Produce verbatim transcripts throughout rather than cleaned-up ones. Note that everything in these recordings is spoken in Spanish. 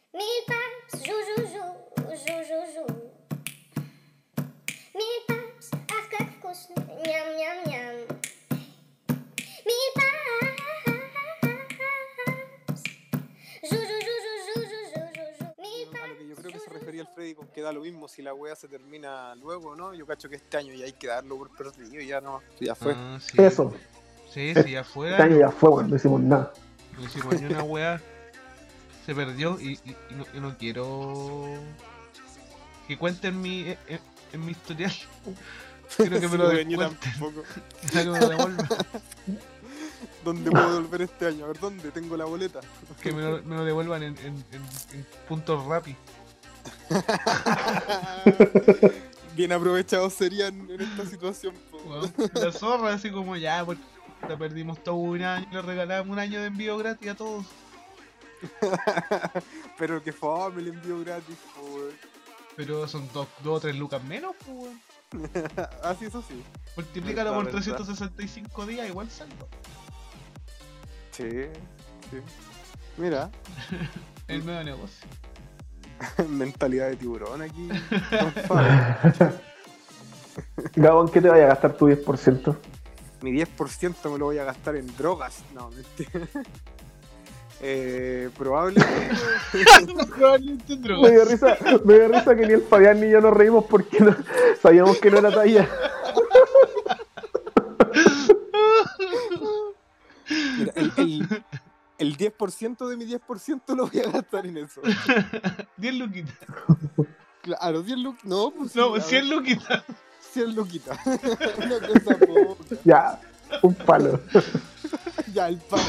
Mille paps, jou, jou, jou, jou, jou, jou. Mille paps, ach, как вкусно, ням-ням-ням. Mille paps, jou, jou, jou, jou, jou, jou, jou, jou. Mille A lo que yo creo que se paps, refería el Freddy con que da lo mismo si la wea se termina luego, ¿no? Yo cacho que este año ya hay que darlo por perdido, ya no, ya fue. Ah, sí. Eso. Sí, Este sí, afuera. año ya fue, weón, no hicimos nada. No hicimos ni una weá. Se perdió y, y, y no, y no quiero que cuenten mi, en, en mi historial. Quiero que me lo Sí, weón, yo descuenten. tampoco. Quiero que me lo devuelvan. ¿Dónde puedo volver este año? A ver, ¿dónde? Tengo la boleta. Que me lo, me lo devuelvan en, en, en, en puntos Rappi. Bien aprovechados serían en esta situación, po. Weón, la zorra, así como ya, pues la perdimos todo un año, le regalamos un año de envío gratis a todos. Pero que fome el envío gratis, po, weón. Pero son dos, dos o tres lucas menos, pues weón. Ah, sí, eso sí. Multiplícalo Verdad, por verdad. trescientos sesenta y cinco días, igual saldo. Sí, sí. Mira, El nuevo negocio. mentalidad de tiburón aquí. on fire. Gabón, ¿qué te vaya a gastar tu diez por ciento? Mi diez por ciento me lo voy a gastar en drogas. No, mentira. Eh, probablemente. Probablemente en Me drogas. dio risa, me dio risa que ni el Fabián ni yo nos reímos porque no- sabíamos que no era talla. Mira, el, el, el diez por ciento de mi diez por ciento lo voy a gastar en eso. diez luquitas. Claro, diez luquitas. No, pues sí, No, a ver, cien luquitas. cien luquitas. Una cosa poca. Ya, un palo. Ya, el pan.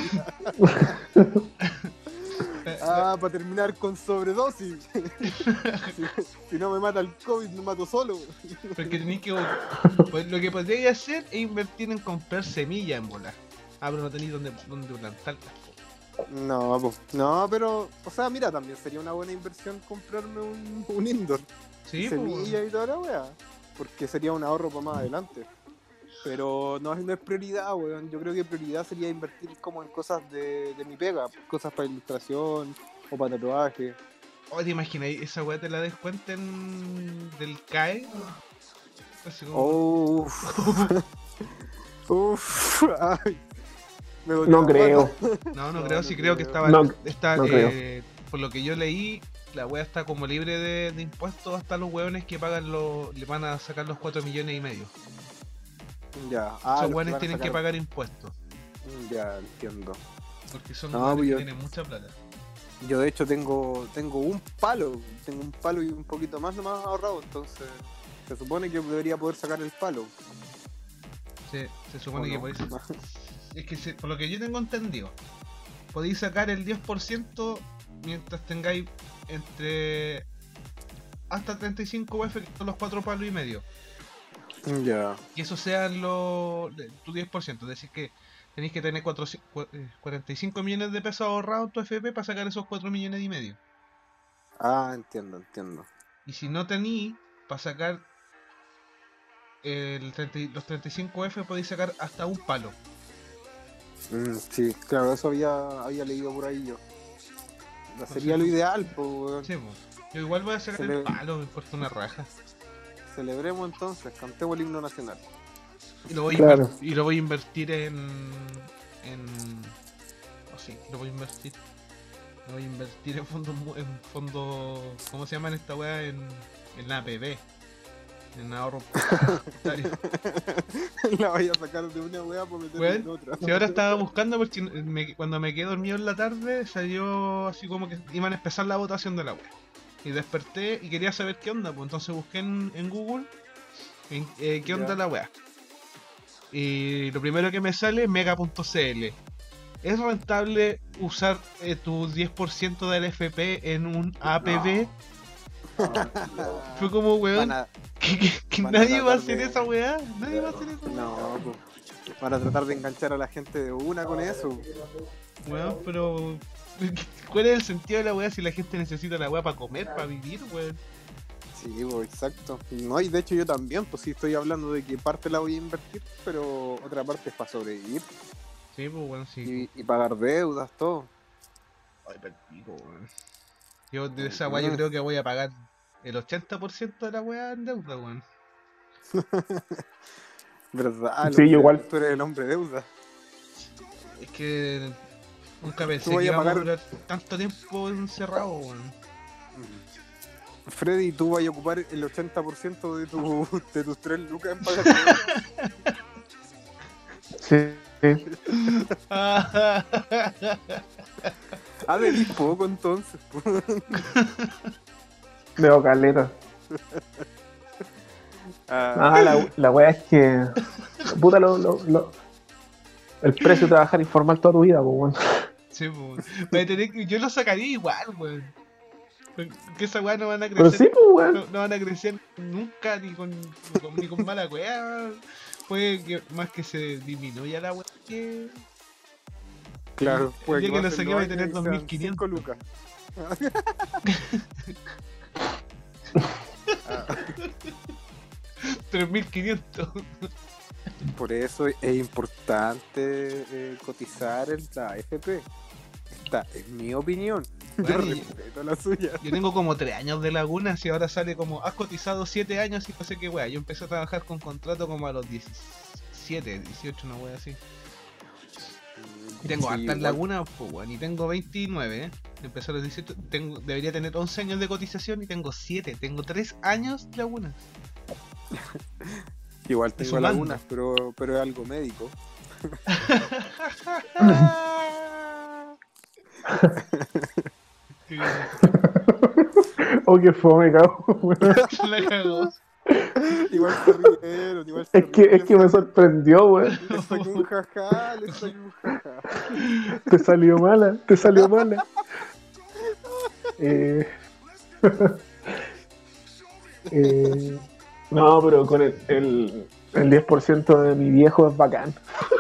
Ah, para terminar con sobredosis. Si, si no me mata el COVID, me mato solo. Porque tenéis que. Pues lo que podríais hacer es invertir en comprar semillas en bola. Ah, pero no tenéis dónde, dónde plantarlas. No, pues, no, pero, o sea, mira, también sería una buena inversión comprarme un, un indoor. Sí, Semilla pues. y toda la wea. Porque sería un ahorro para más adelante. Pero no, es- no es prioridad, weón. Yo creo que prioridad sería invertir como en cosas de, de mi pega. Cosas para ilustración o para tatuaje. Oh, te imaginas, esa weá te la descuenten del C A E. Así como. Oh, uff. Uff. Ay. Me dolió No la creo. pata. No, no No, creo, no sí creo. creo que estaba. No, está, no eh, por lo que yo leí, la wea está como libre de, de impuestos hasta los hueones que pagan los. Le van a sacar los cuatro millones y medio. Ya. Ah, Esos los que hueones van a tienen que sacar- pagar impuestos. Ya, entiendo. Porque son No, hueones pues que yo- tienen mucha plata. Yo de hecho tengo tengo un palo, tengo un palo y un poquito más nomás ahorrado, entonces se supone que debería poder sacar el palo. Se, se supone ¿o que no? podéis. Es que se- por lo que yo tengo entendido, podéis sacar el diez por ciento mientras tengáis entre hasta treinta y cinco U F, que son los cuatro palos y medio. Ya. Y eso sea lo, de- tu diez por ciento. Es decir, que tenéis que tener cuatro, cu- eh, cuarenta y cinco millones de pesos ahorrados en tu F P para sacar esos cuatro millones y medio. Ah, entiendo, entiendo. Y si no tenéis, para sacar el treinta y- los treinta y cinco U F podéis sacar hasta un palo. Mm, sí, claro, eso había, había leído por ahí yo. No, sería lo ideal, pues, weón. Sí, pues. Yo igual voy a sacar Se el le- palo, me importa una raja. Celebremos entonces, cantemos el himno nacional. Y lo voy, a Claro. inver- y lo voy a invertir en. en. Oh, sí, lo voy a invertir. Lo voy a invertir en fondos. mu- en fondos. ¿Cómo se llaman esta weá? En. en A P B. En ahorro voluntario. La voy a sacar de una weá para meterla Weón, en otra. si ahora estaba buscando, porque me- cuando me quedé dormido en la tarde, salió así como que iban a empezar la votación de la web. Y desperté y quería saber qué onda, pues entonces busqué en, en Google en, eh, qué onda Ya. la wea. Y lo primero que me sale es mega punto c l. ¿Es rentable usar eh, tu diez por ciento del F P en un A P B? Fue como, weón, Van a- que, que- que van a nadie va a tratar hacer de- esa weá. Nadie va a hacer eso. No, pues. Van a tratar de enganchar a la gente de una con eso. Weón, pero. ¿Cuál es el sentido de la weá si la gente necesita la weá para comer, para vivir, weón? Sí, pues, exacto. No, y de hecho yo también, pues sí estoy hablando de que parte la voy a invertir, pero otra parte es para sobrevivir Sí, pues weón, sí. y, y pagar deudas, todo. Ay, perdido, weón. Yo de esa weá yo creo que voy a pagar el ochenta por ciento de la weá en deuda, weón. ¿Verdad? Sí, Lo- igual. Tú eres el hombre deuda. Es que nunca pensé Tú que vayas a íbamos a pagar- durar tanto tiempo encerrado, weón. Freddy, tú vas a ocupar el ochenta por ciento de, tu, de tus tres lucas en pagar deuda. Sí, sí. Ah, de poco entonces. po. Veo caleta. Ah, Ah, la, la wea es que. Puta, lo, lo, lo- el precio de trabajar informal toda tu vida, pues, weón. Sí, pues. Voy a tener que- Yo lo sacaría igual, weón. Que esa weá no van a Pero crecer. sí, pues, weón. No, no van a crecer nunca ni con, ni con, ni con mala weá. Puede que más que se disminuya la weá que. claro, el puede día que lo pasen saqué dos va a años tener y sean dos mil quinientos. cinco lucas. Ah, tres mil quinientos. por eso es importante eh, cotizar en la A F P. Esta es mi opinión. Yo Bueno, y- respeto la suya. Yo tengo como tres años de lagunas y ahora sale como has cotizado siete años y no sé qué weá. Yo empecé a trabajar con contrato como a los diecisiete, dieciocho, una weá así. Y tengo Sí, hartas igual. lagunas, pues weón, y tengo veintinueve, ¿eh? Empecé a los dieciocho, tengo, debería tener once años de cotización y tengo siete, tengo tres años de lagunas. Igual tengo sumando. lagunas, pero, pero es algo médico. Oh, qué fome, cabrón, weón. La cagó. Igual se rieron, igual se Es que, rieron. es que me sorprendió, weón. Le saqué un jajá, le saqué un jajá. Te salió mala, te salió mala. Eh... eh... No, pero con el, el, el diez por ciento de mi viejo es bacán.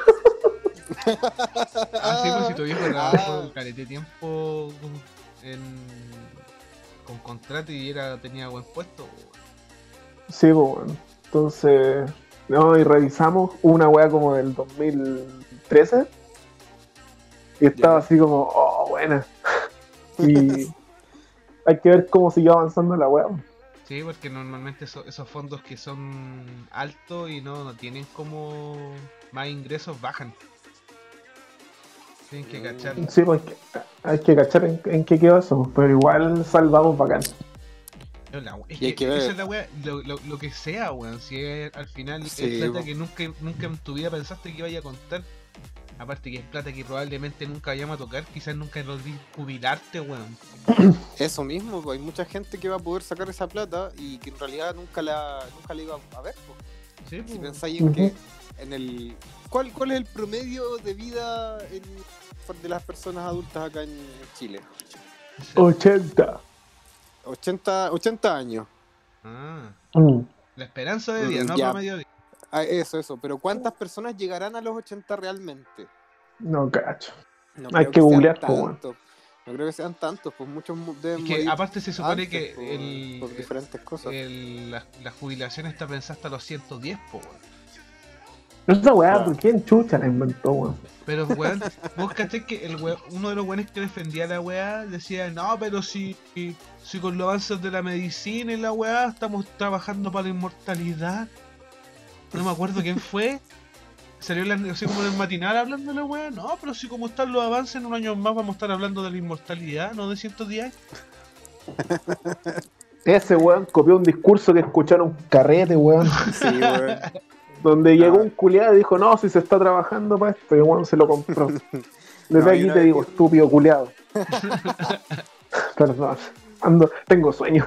Ah, sí, pues si tu viejo trabajó un calete de tiempo con, en, con contrato y era, tenía buen puesto. Sí, pues, bueno. Entonces, no, y revisamos una wea como del dos mil trece y estaba Ya. así como, oh, buena. Y hay que ver cómo siguió avanzando la wea. Sí, porque normalmente eso- esos fondos que son altos y no, no tienen como más ingresos bajan. Tienen que cachar. Sí, pues hay que, hay que cachar en, en qué quedó eso, pero igual salvamos bacán. No, la- es Y hay que, que ver. esa es la wea, lo, lo, lo que sea, weón. Si es, al final Sí, es plata po. que nunca, nunca en tu vida pensaste que iba a contar. Aparte que es plata que probablemente nunca vayamos a tocar, quizás nunca nos di jubilarte, weón. Eso mismo, pues, hay mucha gente que va a poder sacar esa plata y que en realidad nunca la, nunca la iba a ver. Pues. Sí, Si po. pensáis en Ujú. que en el ¿cuál, ¿cuál es el promedio de vida en- de las personas adultas acá en Chile? ochenta. ochenta, ochenta años. Ah, Mm. la esperanza de vida, Mm, no ya. promedio de vida. Ah, eso, eso. Pero ¿cuántas personas llegarán a los ochenta realmente? No cacho. No Hay creo que sean googlear, po, weón. tantos. No creo que sean tantos, pues muchos mu- deben Es que morir aparte se supone antes que por, el, por diferentes cosas. el- la, la jubilación está pensada hasta los ciento diez, po, weón. Esa weá, Claro. ¿por quién chucha la inventó, weón? Pero, weón, vos caché que el weón, uno de los weones que defendía la weá decía, no, pero si, si con los avances de la medicina y la weá estamos trabajando para la inmortalidad. No me acuerdo quién fue. Salió en la, así como en el matinal hablando de la weá. No, pero si como están los avances en un año más vamos a estar hablando de la inmortalidad, no de ciento diez. Ese weón copió un discurso que escucharon carrete, weón. Sí, weón. Donde llegó Ah. un culiado y dijo, no, si se está trabajando para esto, y weón se lo compró. Desde No, y aquí una te vez digo, vi un- estúpido culiado. Perdón, ando, tengo sueño.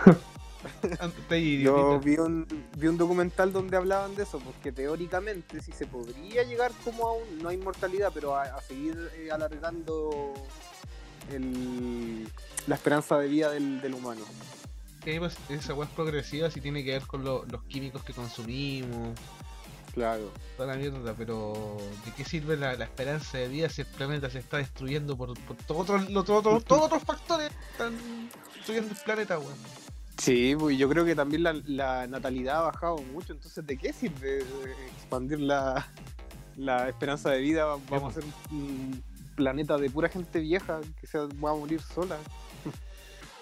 Yo vi un, vi un documental donde hablaban de eso, porque teóricamente sí se podría llegar como a un, no a inmortalidad, pero a, a seguir eh, alargando el, la esperanza de vida del, del humano. Que pues, esa weá es progresiva, si tiene que ver con lo- los químicos que consumimos, Claro. toda la mierda, pero ¿de qué sirve la, la esperanza de vida si el planeta se está destruyendo por, por todos otros lo- todo- todo- todos otros factores que están destruyendo el planeta, weón? Sí, pues yo creo que también la, la natalidad ha bajado mucho, entonces ¿de qué sirve eh, expandir la, la esperanza de vida? Va- Vamos a ser un planeta de pura gente vieja que se va a morir sola.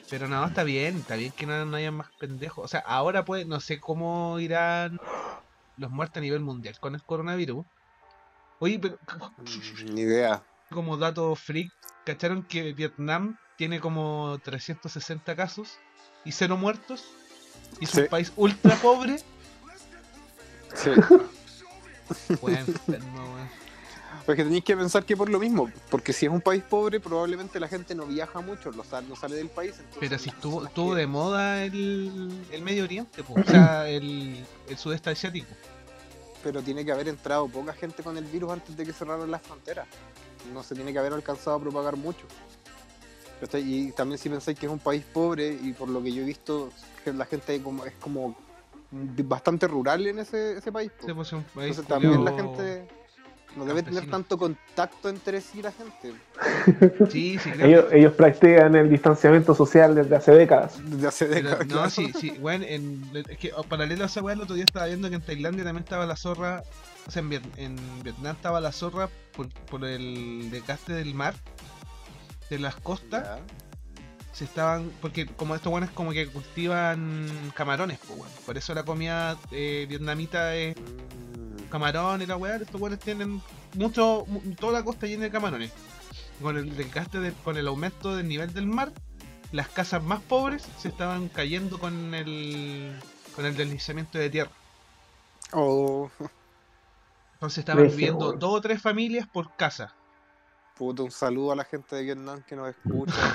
Pero no, está bien, está bien que no, no haya más pendejos. O sea, ahora pues, no sé cómo irán los muertos a nivel mundial con el coronavirus. Oye, pero Mm, Ni idea. como dato freak, ¿cacharon que Vietnam tiene como trescientos sesenta casos y cero muertos? Y es Sí. un país ultra pobre. Sí. Pues enfermo, weón. Porque tenéis que pensar que por lo mismo, porque si es un país pobre, probablemente la gente no viaja mucho, no sale, no sale del país. Entonces Pero si las estuvo, personas estuvo que- de moda el, el Medio Oriente, po. O sea, el, el sudeste asiático. Pero tiene que haber entrado poca gente con el virus antes de que cerraran las fronteras. No se tiene que haber alcanzado a propagar mucho. ¿Cachai? Y también si pensáis que es un país pobre, y por lo que yo he visto, que la gente como, es como bastante rural en ese, ese país. po. Se puso un país Entonces también la culiao- gente no debe tener campesino. tanto contacto entre sí la gente. Sí, sí, creo Ellos, que... ellos practican el distanciamiento social desde hace décadas. Desde hace Pero, décadas. no, claro. sí, sí, bueno, en, es que oh, paralelo a esa weá, el otro día estaba viendo que en Tailandia también estaba la zorra, o sea, en, Viet- en Vietnam estaba la zorra por, por el desgaste del mar, de las costas, Ya. se estaban, porque como estos buenos como que cultivan camarones, pues bueno, por eso la comida eh, vietnamita es Mm. camarón y la weá, estos buenos tienen mucho, mu- toda la costa llena de camarones. Con el desgaste, de- con el aumento del nivel del mar, las casas más pobres se estaban cayendo con el con el deslizamiento de tierra. Oh, Entonces estaban Regia, viviendo weón. dos o tres familias por casa. puto, un saludo a la gente de Vietnam que nos escucha.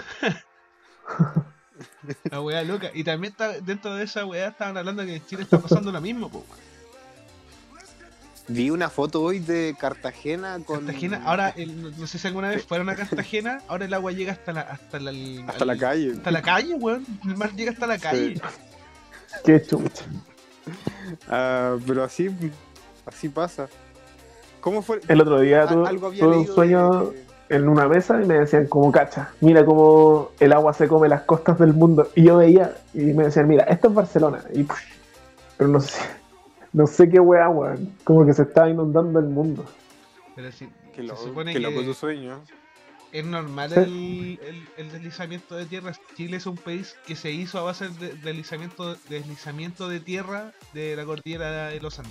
La weá loca. Y también está, dentro de esa weá estaban hablando que en Chile está pasando lo mismo, po, weón. Vi una foto hoy de Cartagena con. Cartagena, ahora el- no no sé si alguna vez fueron a Cartagena, ahora el agua llega hasta la hasta la, al- Hasta la calle. hasta la calle, weón. El mar llega hasta la calle. Qué chucha. Ah, pero así, así pasa. ¿Cómo fue? El otro día A- tu- algo había tuve un leído sueño de- en una mesa y me decían como cacha, mira cómo el agua se come las costas del mundo. Y yo veía y me decían, mira, esto es Barcelona. Y, puf, pero no sé, no sé qué weá, weón. Como que se está inundando el mundo. Pero sí, Qué se loco, supone qué que loco tu sueño. es normal Sí. el, el, el deslizamiento de tierra. Chile es un país que se hizo a base del deslizamiento, deslizamiento de tierra de la cordillera de los Andes.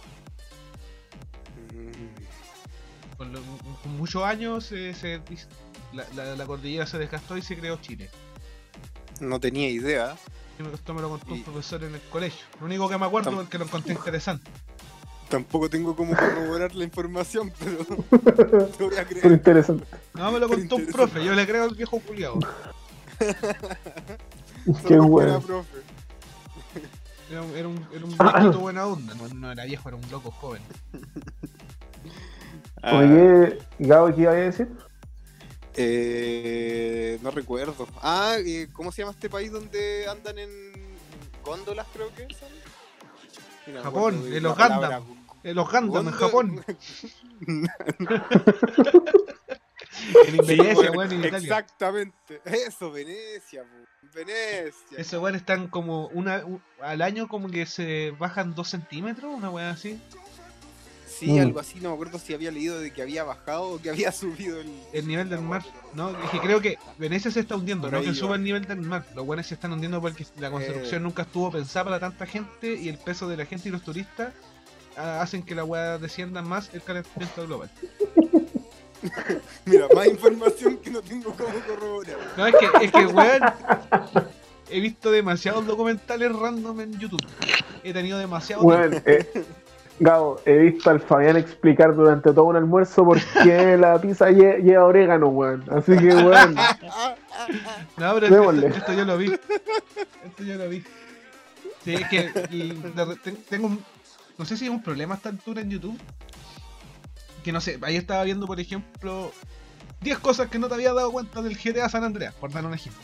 Mm, Con, lo- con muchos años eh, se, la, la, la cordillera se desgastó y se creó Chile. No tenía idea. Y me costó, me lo contó un Y- profesor en el colegio. Lo único que me acuerdo Tam- porque lo encontré interesante. Tampoco tengo cómo corroborar la información, pero te voy a Pero creer. interesante. No, me lo Pero contó un interesante. profe, yo le creo al viejo culiado. Qué Solo porque era weón. profe. Era, un- era un, era un viejito buena onda, no, no era viejo, era un loco joven. Ah, Oye, Gabo, ¿qué iba a decir? eh, no recuerdo. Ah, eh, ¿cómo se llama este país donde andan en góndolas, creo que son? Mira, me Japón, acuerdo de el la Uganda. palabra Eh, Los Gundam en góndola- Japón, en Sí, Venecia, bueno, weón, en Italia. exactamente. Eso, Venecia, po. Venecia. Esos weones están como una u- al año como que se bajan dos centímetros, una weá así. Sí, Mm. algo así, no me acuerdo si había leído de que había bajado o que había subido el, El nivel del mar, ¿no? Es que creo que Venecia se está hundiendo, Por no ahí que va. suba el nivel del mar. Los buenos se están hundiendo porque la construcción Eh. nunca estuvo pensada para tanta gente y el peso de la gente y los turistas ah, hacen que la weá descienda más el calentamiento global. Mira, más información que no tengo cómo corroborar. No, es que, es que weón, he visto demasiados documentales random en YouTube. He tenido demasiado Bueno, eh, Gabo, he visto al Fabián explicar durante todo un almuerzo por qué la pizza lle- lleva orégano, weón. Así que, weón, No, pero Démosle. esto, esto yo lo vi. Esto yo lo vi. Sí, es que y de re- ten- tengo un, no sé si es un problema a esta altura en YouTube. Que no sé, ahí estaba viendo, por ejemplo, diez cosas que no te había dado cuenta del G T A San Andreas, por dar un ejemplo.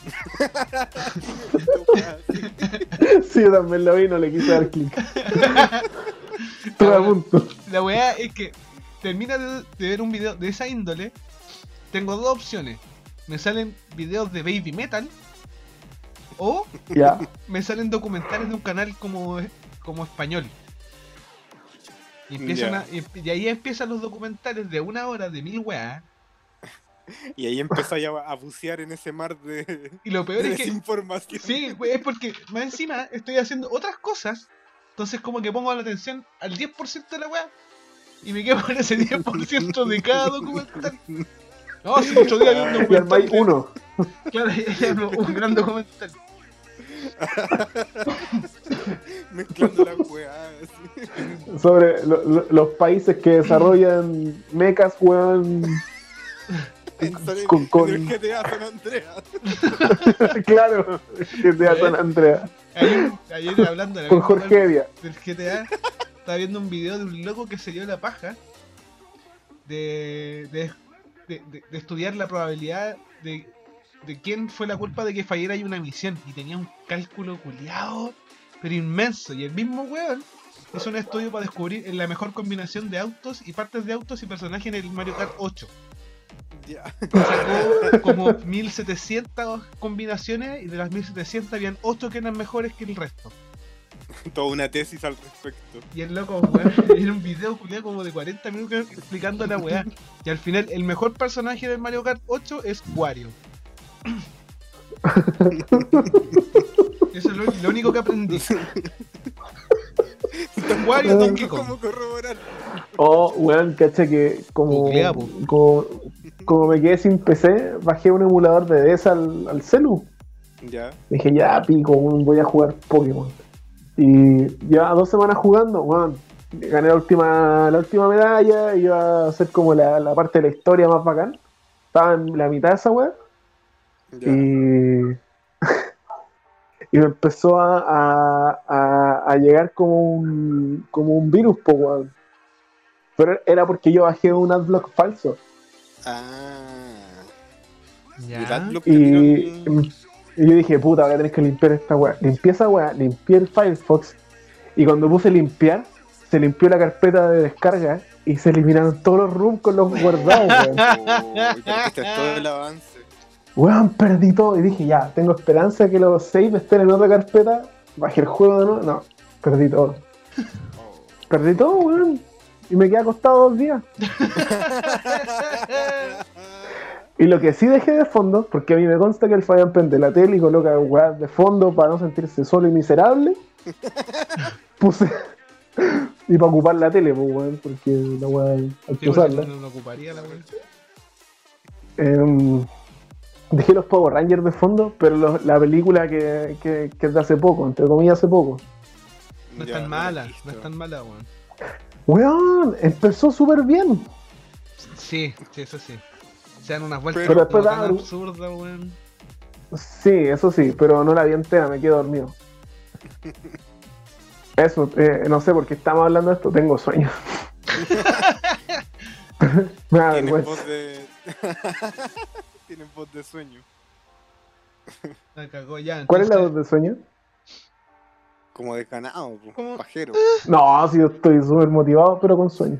sí, yo también lo vi y no le quise dar clic. Estuve a punto. La weá es que termina de, de ver un video de esa índole. Tengo dos opciones. Me salen videos de Baby Metal. O Ya, me salen documentales de un canal como, como español. Y empiezan Ya. a, y, y ahí empiezan los documentales de una hora de mil weas. Y ahí empezáis a, a bucear en ese mar de, Y lo peor de es que. desinformación. Sí, güey, es porque más encima estoy haciendo otras cosas. Entonces, como que pongo la atención al diez por ciento de la weá. Y me quedo con ese diez por ciento de cada documental. No, si el otro día vi un Y documental. armáis de- uno. Claro, y hablo un gran documental. Mezclando las weas. Sobre lo- lo- los países que desarrollan mechas, weón. En, San- Con- con- en el G T A San Andreas. Claro, que sea San Andreas. Ayer, ayer hablando de la Con misma Jorge weá Evia. del G T A, estaba viendo un video de un loco que se dio la paja de, de, de, de- de estudiar la probabilidad de, de quién fue la culpa de que fallara ahí una misión. Y tenía un cálculo culiado, pero inmenso. Y el mismo weón hizo un estudio para descubrir la mejor combinación de autos y partes de autos y personajes en el Mario Kart ocho. Ya. Sacó como mil setecientas combinaciones y de las mil setecientas habían ocho que eran mejores que el resto. Toda una tesis al respecto. Y el loco, weón, era un video culiado como de cuarenta minutos explicando la weá. Y al final, el mejor personaje del Mario Kart ocho es Wario. Eso es lo, lo único que aprendí. Wario Donkey Kong. ¿Cómo corroborar? Oh, weón, cacha que como, Googlea, po. como, como me quedé sin P C, bajé un emulador de D S al, al celu. Ya. Dije, ya, pico, weón, voy a jugar Pokémon. Y ya dos semanas jugando, weón, gané la última, la última medalla, iba a ser como la, la parte de la historia más bacán. Estaba en la mitad de esa weá. Ya. Y, y me empezó a, a, a, a llegar como un, como un virus, po, weón. Pero era porque yo bajé un adblock falso. Ah. Y el Ya. Adblock te Y, tiró el- y yo dije, puta, voy a tener que limpiar esta weá. Limpié esa weá, limpié el Firefox. Y cuando puse limpiar, se limpió la carpeta de descarga y se eliminaron todos los rooms con los guardados, weón. Oh, y perdiste todo el avance. Weón, perdí todo. Y dije, ya, tengo esperanza que los saves estén en otra carpeta. Bajé el juego de nuevo. No, perdí todo. Oh. Perdí todo, weón. Y me quedé acostado dos días. Y lo que sí dejé de fondo, porque a mí me consta que el Fabián prende la tele y coloca weas de fondo para no sentirse solo y miserable, puse. Y para ocupar la tele, pues, weón, porque la wea hay que Sí, porque usarla. no, no ocuparía la weá. Em, dejé los Power Rangers de fondo, pero los- la película que, que, que es de hace poco, entre comillas hace poco. No es Ya, tan lo mala, he visto. no es tan mala, weón. Weón, empezó súper bien. Sí, sí, eso sí. Se dan unas vueltas Pero después como tan da- absurdas, weón. Sí, eso sí, pero no la vi entera, me quedé dormido. Eso, eh, no sé por qué estamos hablando de esto, tengo sueño. Me da Tienes vergüenza. voz de. Tienes voz de sueño. La cagó ya. ¿Cuál es la entonces- voz de sueño? Como de ganado, po, ¿Cómo? pajero. No, si yo estoy súper motivado, pero con sueño.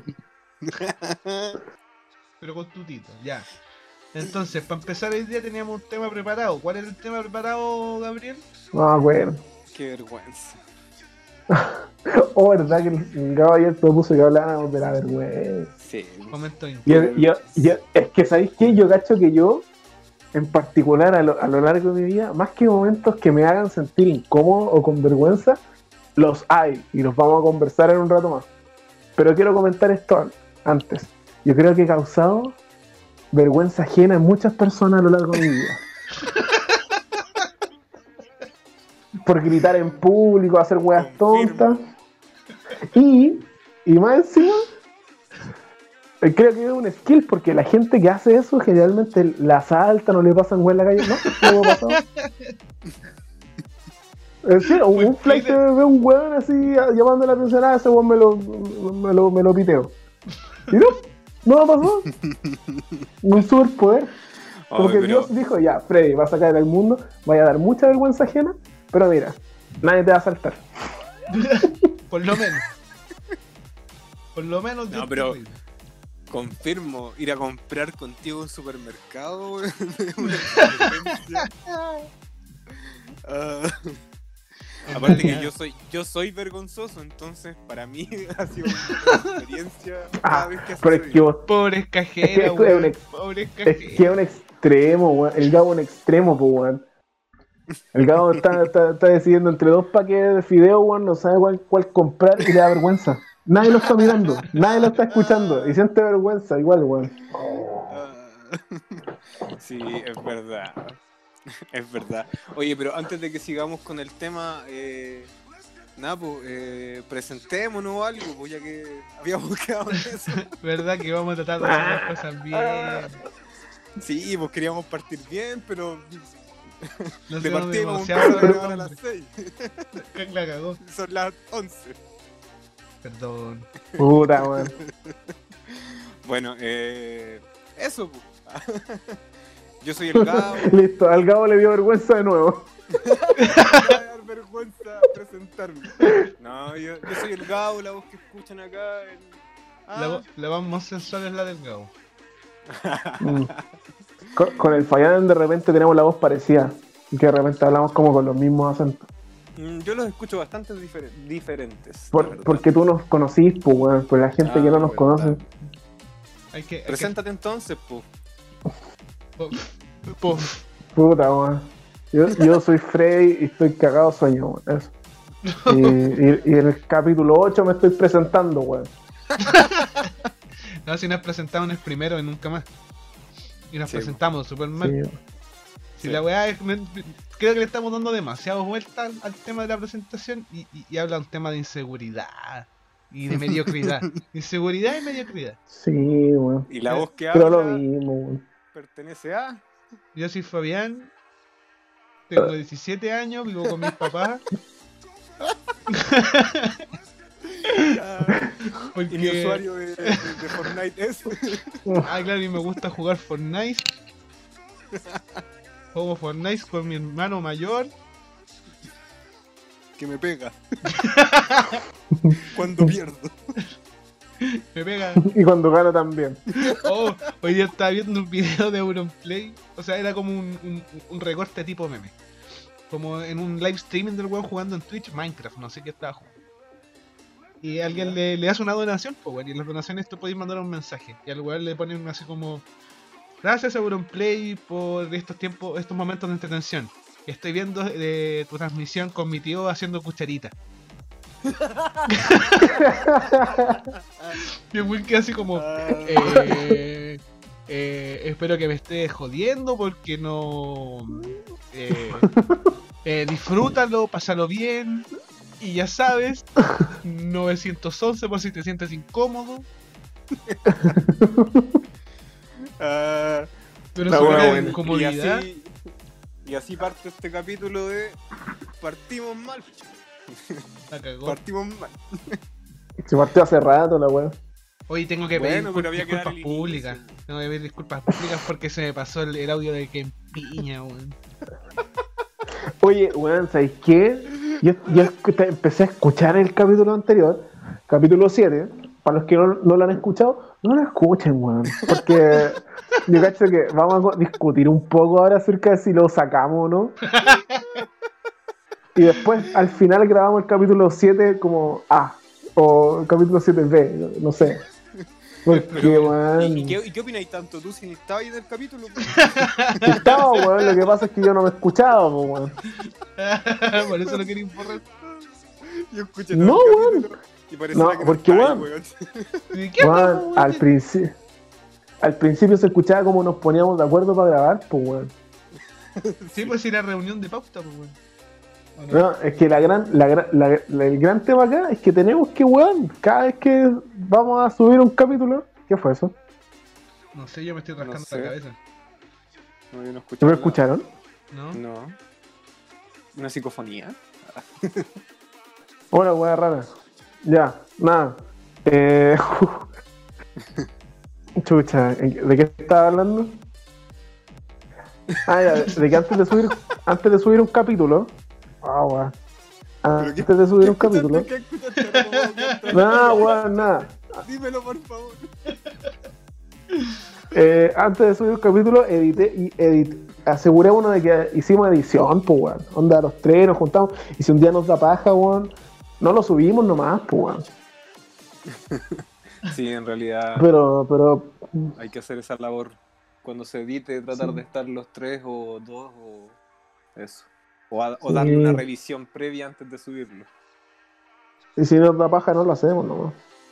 Pero con tutito, ya. Entonces, para empezar hoy día teníamos un tema preparado. ¿Cuál era el tema preparado, Gabriel? No, bueno. Qué vergüenza. Oh, verdad que el, el Gabo ayer propuso que habláramos de la vergüenza. Sí. Momento Y incómodo. yo- yo- yo- es que, ¿sabéis qué? Yo cacho que yo, en particular, a lo, a lo largo de mi vida, más que momentos que me hagan sentir incómodo o con vergüenza, los hay, y los vamos a conversar en un rato más. Pero quiero comentar esto an- antes. Yo creo que he causado vergüenza ajena en muchas personas a lo largo de mi vida. Por gritar en público, hacer weas Confirmo. tontas. Y, y más encima, eh, creo que es un skill porque la gente que hace eso generalmente la asaltan o le pasan weas en la calle. ¿No? ¿No me ha pasado? Es decir, un, un flight de un weón así a- llamando la atención a ese weón me lo, me lo, me lo piteo. Y no, no me pasó. Un superpoder. Como Ay, que pero- Dios dijo, ya, Freddy, vas a caer al mundo, vaya a dar mucha vergüenza ajena, pero mira, nadie te va a saltar. Por lo menos. Por lo menos. No, Dios pero- te cuide. Confirmo, ir a comprar contigo a un supermercado, weón, es una experiencia. Ah, Aparte que yo soy, yo soy vergonzoso, entonces para mí ha sido una experiencia cada Ah, vez que pero es que hace vos, Pobres Es que cajeras, esto es un weón. ex- Pobres es que es cajeras. un extremo, weón. El Gabo es un extremo, pues, weón. El Gabo está, está, está decidiendo entre dos paquetes de fideo, weón, no sabe cuál, cuál comprar y le da vergüenza. Nadie lo está mirando, nadie lo está escuchando y siente vergüenza igual, weón. Ah, sí, es verdad. Es verdad. Oye, pero antes de que sigamos con el tema, eh, nada, pues, eh, presentémonos o algo, pues ya que habíamos quedado en eso. ¿Verdad que vamos a tratar de hacer las cosas bien? Sí, pues queríamos partir bien, pero No de seamos partida íbamos a demasiado empezar a grabar a las hombres. seis. La cagó. Son las once. Perdón. Puta, weón. Bueno, eh, eso, pues. Yo soy el Gabo. Listo, al Gabo le dio vergüenza de nuevo. Me va a dar vergüenza presentarme. No, yo, yo soy el Gabo, la voz que escuchan acá. El... Ah, La, vo- la voz más sensual es la del Gabo. Mm. Con, con el Fayán de repente tenemos la voz parecida. Que de repente hablamos como con los mismos acentos. mm, yo los escucho bastante difer- diferentes. la Por- verdad. porque tú nos conocís, pues, weón. Pues la gente Ah, que no nos verdad. conoce. Hay que. Hay que Preséntate entonces, pues. po- po- Puta, weón. Yo, yo soy Freddy y estoy cagado de sueño, weón. Eso. Y, y, y en el capítulo ocho me estoy presentando, weón. No, si nos presentamos en el primero y nunca más. Y nos Sí, presentamos súper mal. Sí, Si Sí. la weá es. me- creo que le estamos dando demasiado vuelta al, al tema de la presentación y, y, y habla un tema de inseguridad y de mediocridad. Inseguridad y mediocridad. sí, weón. Y la voz que Pero habla lo mismo, weón. pertenece a. Yo soy Fabián, tengo diecisiete años, vivo con mis papás. Ah, Porque... y mi usuario de, de, de Fortnite es. Ah, claro, y me gusta jugar Fortnite. Juego Fortnite con mi hermano mayor. Que me pega. Cuando pierdo. Me pega. Y cuando gano también. Oh, hoy día estaba viendo un video de Auronplay. O sea, era como un, un, un recorte tipo meme. Como en un live streaming del weón jugando en Twitch Minecraft, no sé qué estaba jugando. Y alguien le, le hace una donación, pues weón, y en las donaciones tú podéis mandar un mensaje. Y al weón le ponen así como: gracias Auronplay por estos tiempos, estos momentos de entretención. Estoy viendo eh, tu transmisión con mi tío haciendo cucharita. Y el weón queda así como: Ah, eh, eh, espero que me estés jodiendo porque no... Eh, eh, disfrútalo, pásalo bien. Y ya sabes, novecientos once por si te sientes incómodo. ah, Pero La eso buena, era buena. y, incomodidad. así, y así parte este capítulo de Partimos mal. La cagó. Partimos mal. Se partió hace rato la weón. Hoy tengo que pedir Bueno, pero discul- había que dar disculpas el públicas. inicio. Tengo que pedir disculpas públicas porque se me pasó el, el audio de que piña, weón. Oye, weón, ¿sabes qué? Yo, yo escu- empecé a escuchar el capítulo anterior, capítulo siete. Para los que no, no lo han escuchado, no lo escuchen, weón. Porque yo cacho que vamos a co- discutir un poco ahora acerca de si lo sacamos o no. Y después, al final, grabamos el capítulo siete como A. O el capítulo siete B, no sé. Porque, Pero, weón. ¿y, y qué, ¿Y qué opináis tanto tú si ni estabas ahí en el capítulo? Estaba, weón. Lo que pasa es que yo no me escuchaba, po, weón. Por eso lo quería borrar. Yo escuché No, todo el weón. capítulo y parecía No, que porque, estaba ahí, weón. ¿Y qué Weón, pasó, weón? al principio. Al principio se escuchaba como nos poníamos de acuerdo para grabar, pues, weón. Sí, pues ir a reunión de pauta, pues, weón. ¿O no? No, es que la gran, la, gra- la- la- el gran tema acá es que tenemos que, weón, cada vez que vamos a subir un capítulo. ¿Qué fue eso? No sé, yo me estoy rascando sé. la cabeza. No, yo no escuché ¿No me nada. escucharon? ¿No? No. ¿Una psicofonía? Hola, weá rara. Ya, nada. Eh... Chucha, ¿de qué estaba hablando? Ah, ya, de que antes de subir, antes de subir un capítulo. Ah, weá. Antes de subir un capítulo. ¿Qué escuchaste? Ahora no me doy cuenta. Nada, weón, nada. Dímelo, por favor. Eh, antes de subir un capítulo, edité y edité. asegurémonos de que hicimos edición, pues, weón. Onda, los tres nos juntamos. Y si un día nos da paja, weón, no lo subimos nomás, pues, weón. Sí, en realidad Pero, pero, hay que hacer esa labor. Cuando se edite, tratar Sí. de estar los tres o dos o eso. O, a- o Sí. darle una revisión previa antes de subirlo. y si nos da paja, no lo hacemos nomás.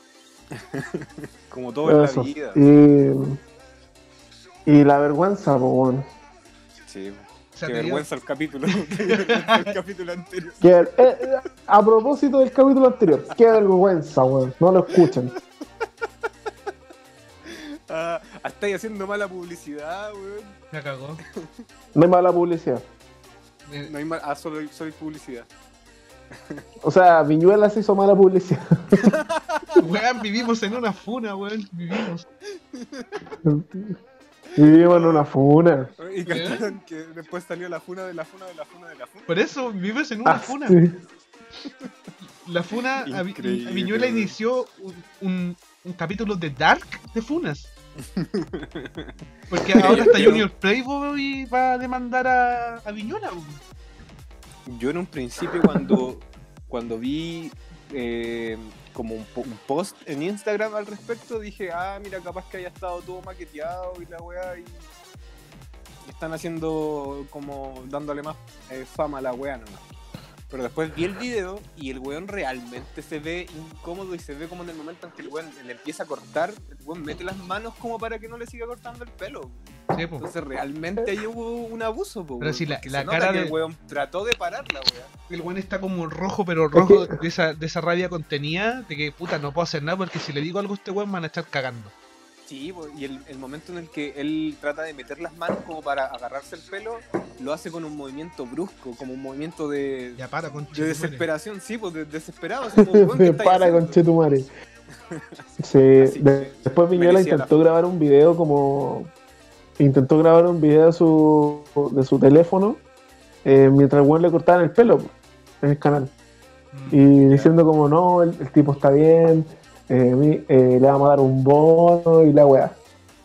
Como todo en Eso. la vida. Y, y la vergüenza, pues, weón. Sí. O sea, Qué te digo- vergüenza el capítulo. Qué vergüenza el capítulo anterior. Que, eh, eh, a propósito del capítulo anterior, qué vergüenza, weón. No lo escuchen. Ah, estáis haciendo mala publicidad, weón. Me cagó. No hay mala publicidad. Eh, No hay mal... Ah, solo, solo hay publicidad. O sea, Viñuela se hizo mala publicidad. Weón, vivimos en una funa, weón. Vivimos. Vivimos en una funa. Y cacharon que después salió la funa de la funa de la funa de la funa. Por eso vivimos en una Ah, funa. sí. La funa, a, Vi- Increíble, a Viñuela weón. inició un, un, un capítulo de Dark de funas. Porque ahora está Junior Playboy va a demandar a, a Viñuela. weón. Yo en un principio cuando, cuando vi eh, como un, po- un post en Instagram al respecto, dije, ah, mira, capaz que haya estado todo maqueteado y la weá y y están haciendo como dándole más eh, fama a la weá nomás. Pero después vi el video y el weón realmente se ve incómodo y se ve como en el momento en que el weón le empieza a cortar, el weón mete las manos como para que no le siga cortando el pelo. Sí, po. Entonces realmente ahí hubo un abuso, po, Pero weón, si la- porque la se nota cara que de- el weón trató de parar la weá. El weón está como rojo, pero rojo que- de esa, de esa rabia contenida, de que puta no puedo hacer nada porque si le digo algo a este weón me van a estar cagando. Sí, po, y el, el momento en el que él trata de meter las manos como para agarrarse el pelo, lo hace con un movimiento brusco, como un movimiento de, Ya para, con de desesperación, sí, pues de, desesperado. Así como, weón, ¿qué estáis Para haciendo? con Chetumare. Sí, Así que de- después Viñuela merecía intentó la- grabar un video como. Intentó grabar un video de su, de su teléfono eh, mientras el weón le cortaban el pelo po, en el canal. Mm. Y diciendo como no, el, el tipo está bien, eh, mi- eh, le vamos a dar un bono y la weá.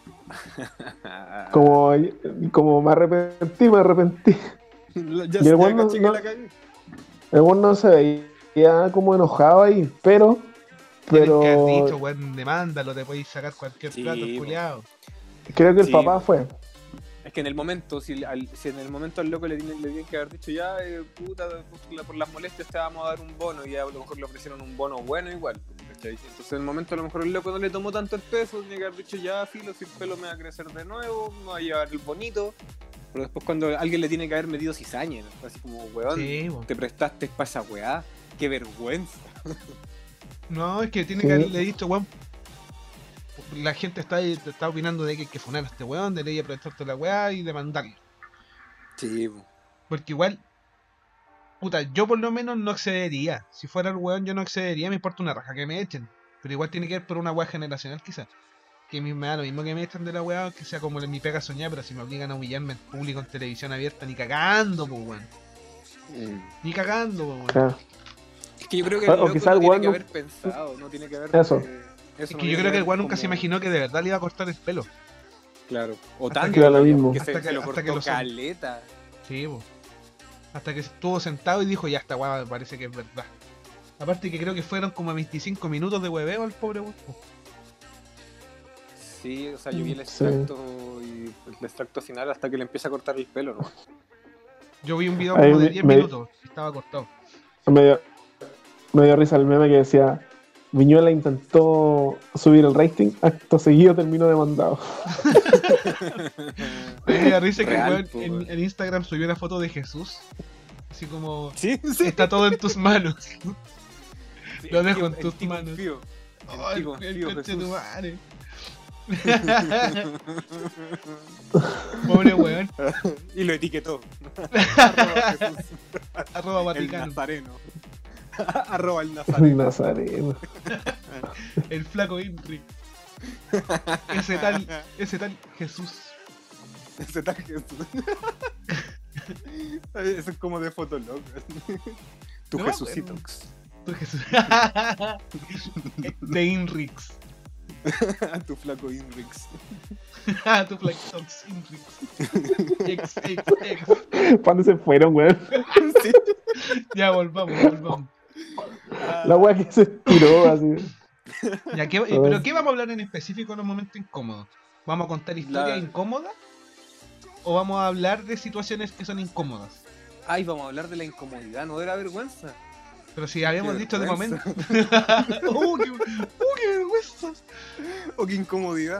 Como, como me arrepentí, me arrepentí. ya y el ya weón no- caché no- que la cagué. El weón no se veía como enojado ahí, pero. Tienen que haber Pero dicho, weón, demándalo, te podéis sacar cualquier Sí, plato, po. culiado. creo que el Sí. papá fue. Es que en el momento, si, al- si en el momento al loco le tienen, le tienen que haber dicho ya, eh, puta, por, la- por las molestias te vamos a dar un bono, y a lo mejor le ofrecieron un bono bueno igual, ¿cachai? Entonces en el momento a lo mejor el loco no le tomó tanto el peso, tiene que haber dicho ya, filo, si el pelo me va a crecer de nuevo, me va a llevar el bonito, pero después cuando alguien le tiene que haber medido cizaña, ¿no? Así como, weón, Sí, po. te prestaste para esa weá, qué vergüenza. No, es que tiene Sí. que haberle dicho, weón. La gente está, ahí- está opinando de que hay que funar a este weón, de ley aprovecharte la weá y demandarlo. Sí, Porque igual, puta, yo por lo menos no accedería. Si fuera el weón, yo no accedería, me importa una raja que me echen. Pero igual tiene que ver por una weá generacional, quizás. Que a mí me da lo mismo que me echen de la weá, que sea como mi pega soñar, pero si me obligan a humillarme en público en televisión abierta, ni cagando, pues weón. Ni cagando, pues weón. Claro. Es que yo creo que O- el o loco quizá no el tiene weón que no- haber pensado, no tiene que haber... Eso. eh, Es no que yo tiene creo que el ver weón nunca se como- imaginó que de verdad le iba a cortar el pelo. Claro, o Hasta tanto que- Era lo mismo. que Hasta se, que- se lo hasta cortó que lo son. caleta. Sí, po. Hasta que estuvo sentado y dijo, ya esta weá me parece que es verdad. Aparte que creo que fueron como veinticinco minutos de hueveo al pobre weón. Sí, o sea, yo vi el Sí. extracto y el extracto final hasta que le empieza a cortar el pelo, ¿no? Yo vi un video Ahí como de me- diez me- minutos, estaba cortado. Me dio, me dio risa el meme que decía: Viñuela intentó subir el rating, acto seguido terminó demandado. Me da risa que el Real, weón po, en, weón. en Instagram subió una foto de Jesús. Así como, Sí, sí. está todo en tus manos. Sí, lo el dejo tío- en el tus tío manos. confío. El Ay, tío el confío, coche de tu Jesús. madre. Pobre weón, Y lo etiquetó. Arroba Jesús, arroba el Vaticano. nazareno. Arroba el nazareno. Nazareno. El flaco Inri. Ese tal, ese tal Jesús. Ese tal Jesús. Eso es como de Fotolog. Tu No, Jesucito. Tu Jesús. De Inrix. Tu flaco Inrix. Ah, tu Flaxon Sinrix. Ex, ex, ex. ¿Cuándo se fueron, weón? Sí. Ya, volvamos, volvamos. La weá que se tiró así. Ya, ¿qué- eh, ¿pero qué vamos a hablar en específico en los momentos incómodos? ¿Vamos a contar historias La- incómodas? ¿O vamos a hablar de situaciones que son incómodas? Ay, vamos a hablar de la incomodidad, no de la vergüenza. Pero si habíamos Qué dicho de momento. vergüenza. ¡Uh, qué, uh, qué vergüenza! Oh, qué incomodidad.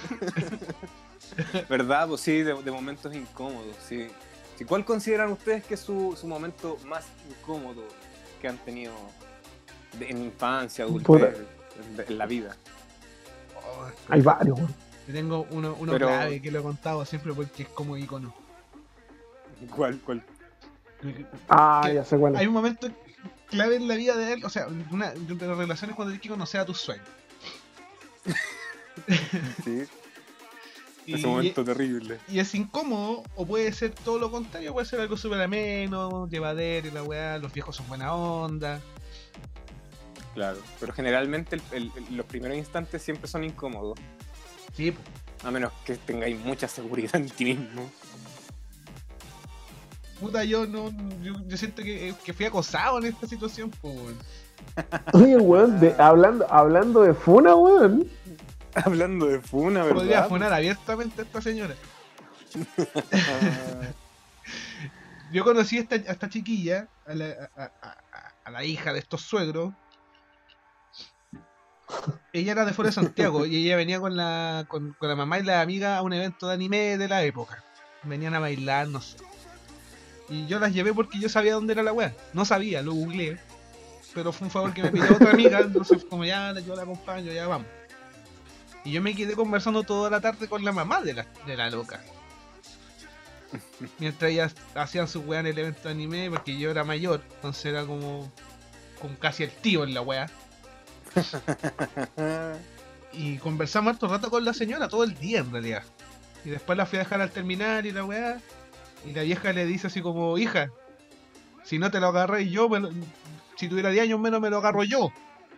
¿Verdad? Pues sí, de, de momentos incómodos, sí. Sí, ¿cuál consideran ustedes que es su, su momento más incómodo que han tenido de- en infancia, Puta. adultez, en, en la vida? Oh, Hay varios, weón. yo tengo uno, uno Pero- clave que lo he contado siempre porque es como icono. ¿Cuál? ¿Cuál? Ah, Que ya sé cuál Hay es. un momento clave en la vida de él, o sea, una de las relaciones cuando tienes que conocer a tus suegros. Sí, Y, ese momento terrible. y es incómodo, o puede ser todo lo contrario, puede ser algo súper ameno, llevadero y la weá, los viejos son buena onda. Claro, pero generalmente el- el- el- los primeros instantes siempre son incómodos, Sí, po. a menos que tengáis mucha seguridad en ti mismo. Puta, yo no. Yo, yo siento que, que fui acosado en esta situación, pues, weón. Oye, weón, de, hablando, hablando de Funa, weón. Hablando de funa, ¿verdad? Podría funar abiertamente a esta señora. Ah, Yo conocí a esta, a esta chiquilla, a la, a, a- a- a la hija de estos suegros. Ella era de fuera de Santiago y ella venía con la, con, con la mamá y la amiga a un evento de anime de la época. Venían a bailar, no sé. Y yo las llevé porque yo sabía dónde era la wea. No sabía, lo googleé. Pero fue un favor que me pidió otra amiga, entonces como ya yo la acompaño, ya vamos. Y yo me quedé conversando toda la tarde con la mamá de la, de la loca. Mientras ellas hacían su weá en el evento de anime, porque yo era mayor, entonces era como, como casi el tío en la weá. Y conversamos harto rato con la señora, todo el día en realidad. Y después la fui a dejar al terminar y la weá. Y la vieja le dice así como, hija, si no te lo agarré yo, me lo- si tuviera diez años menos me lo agarro yo.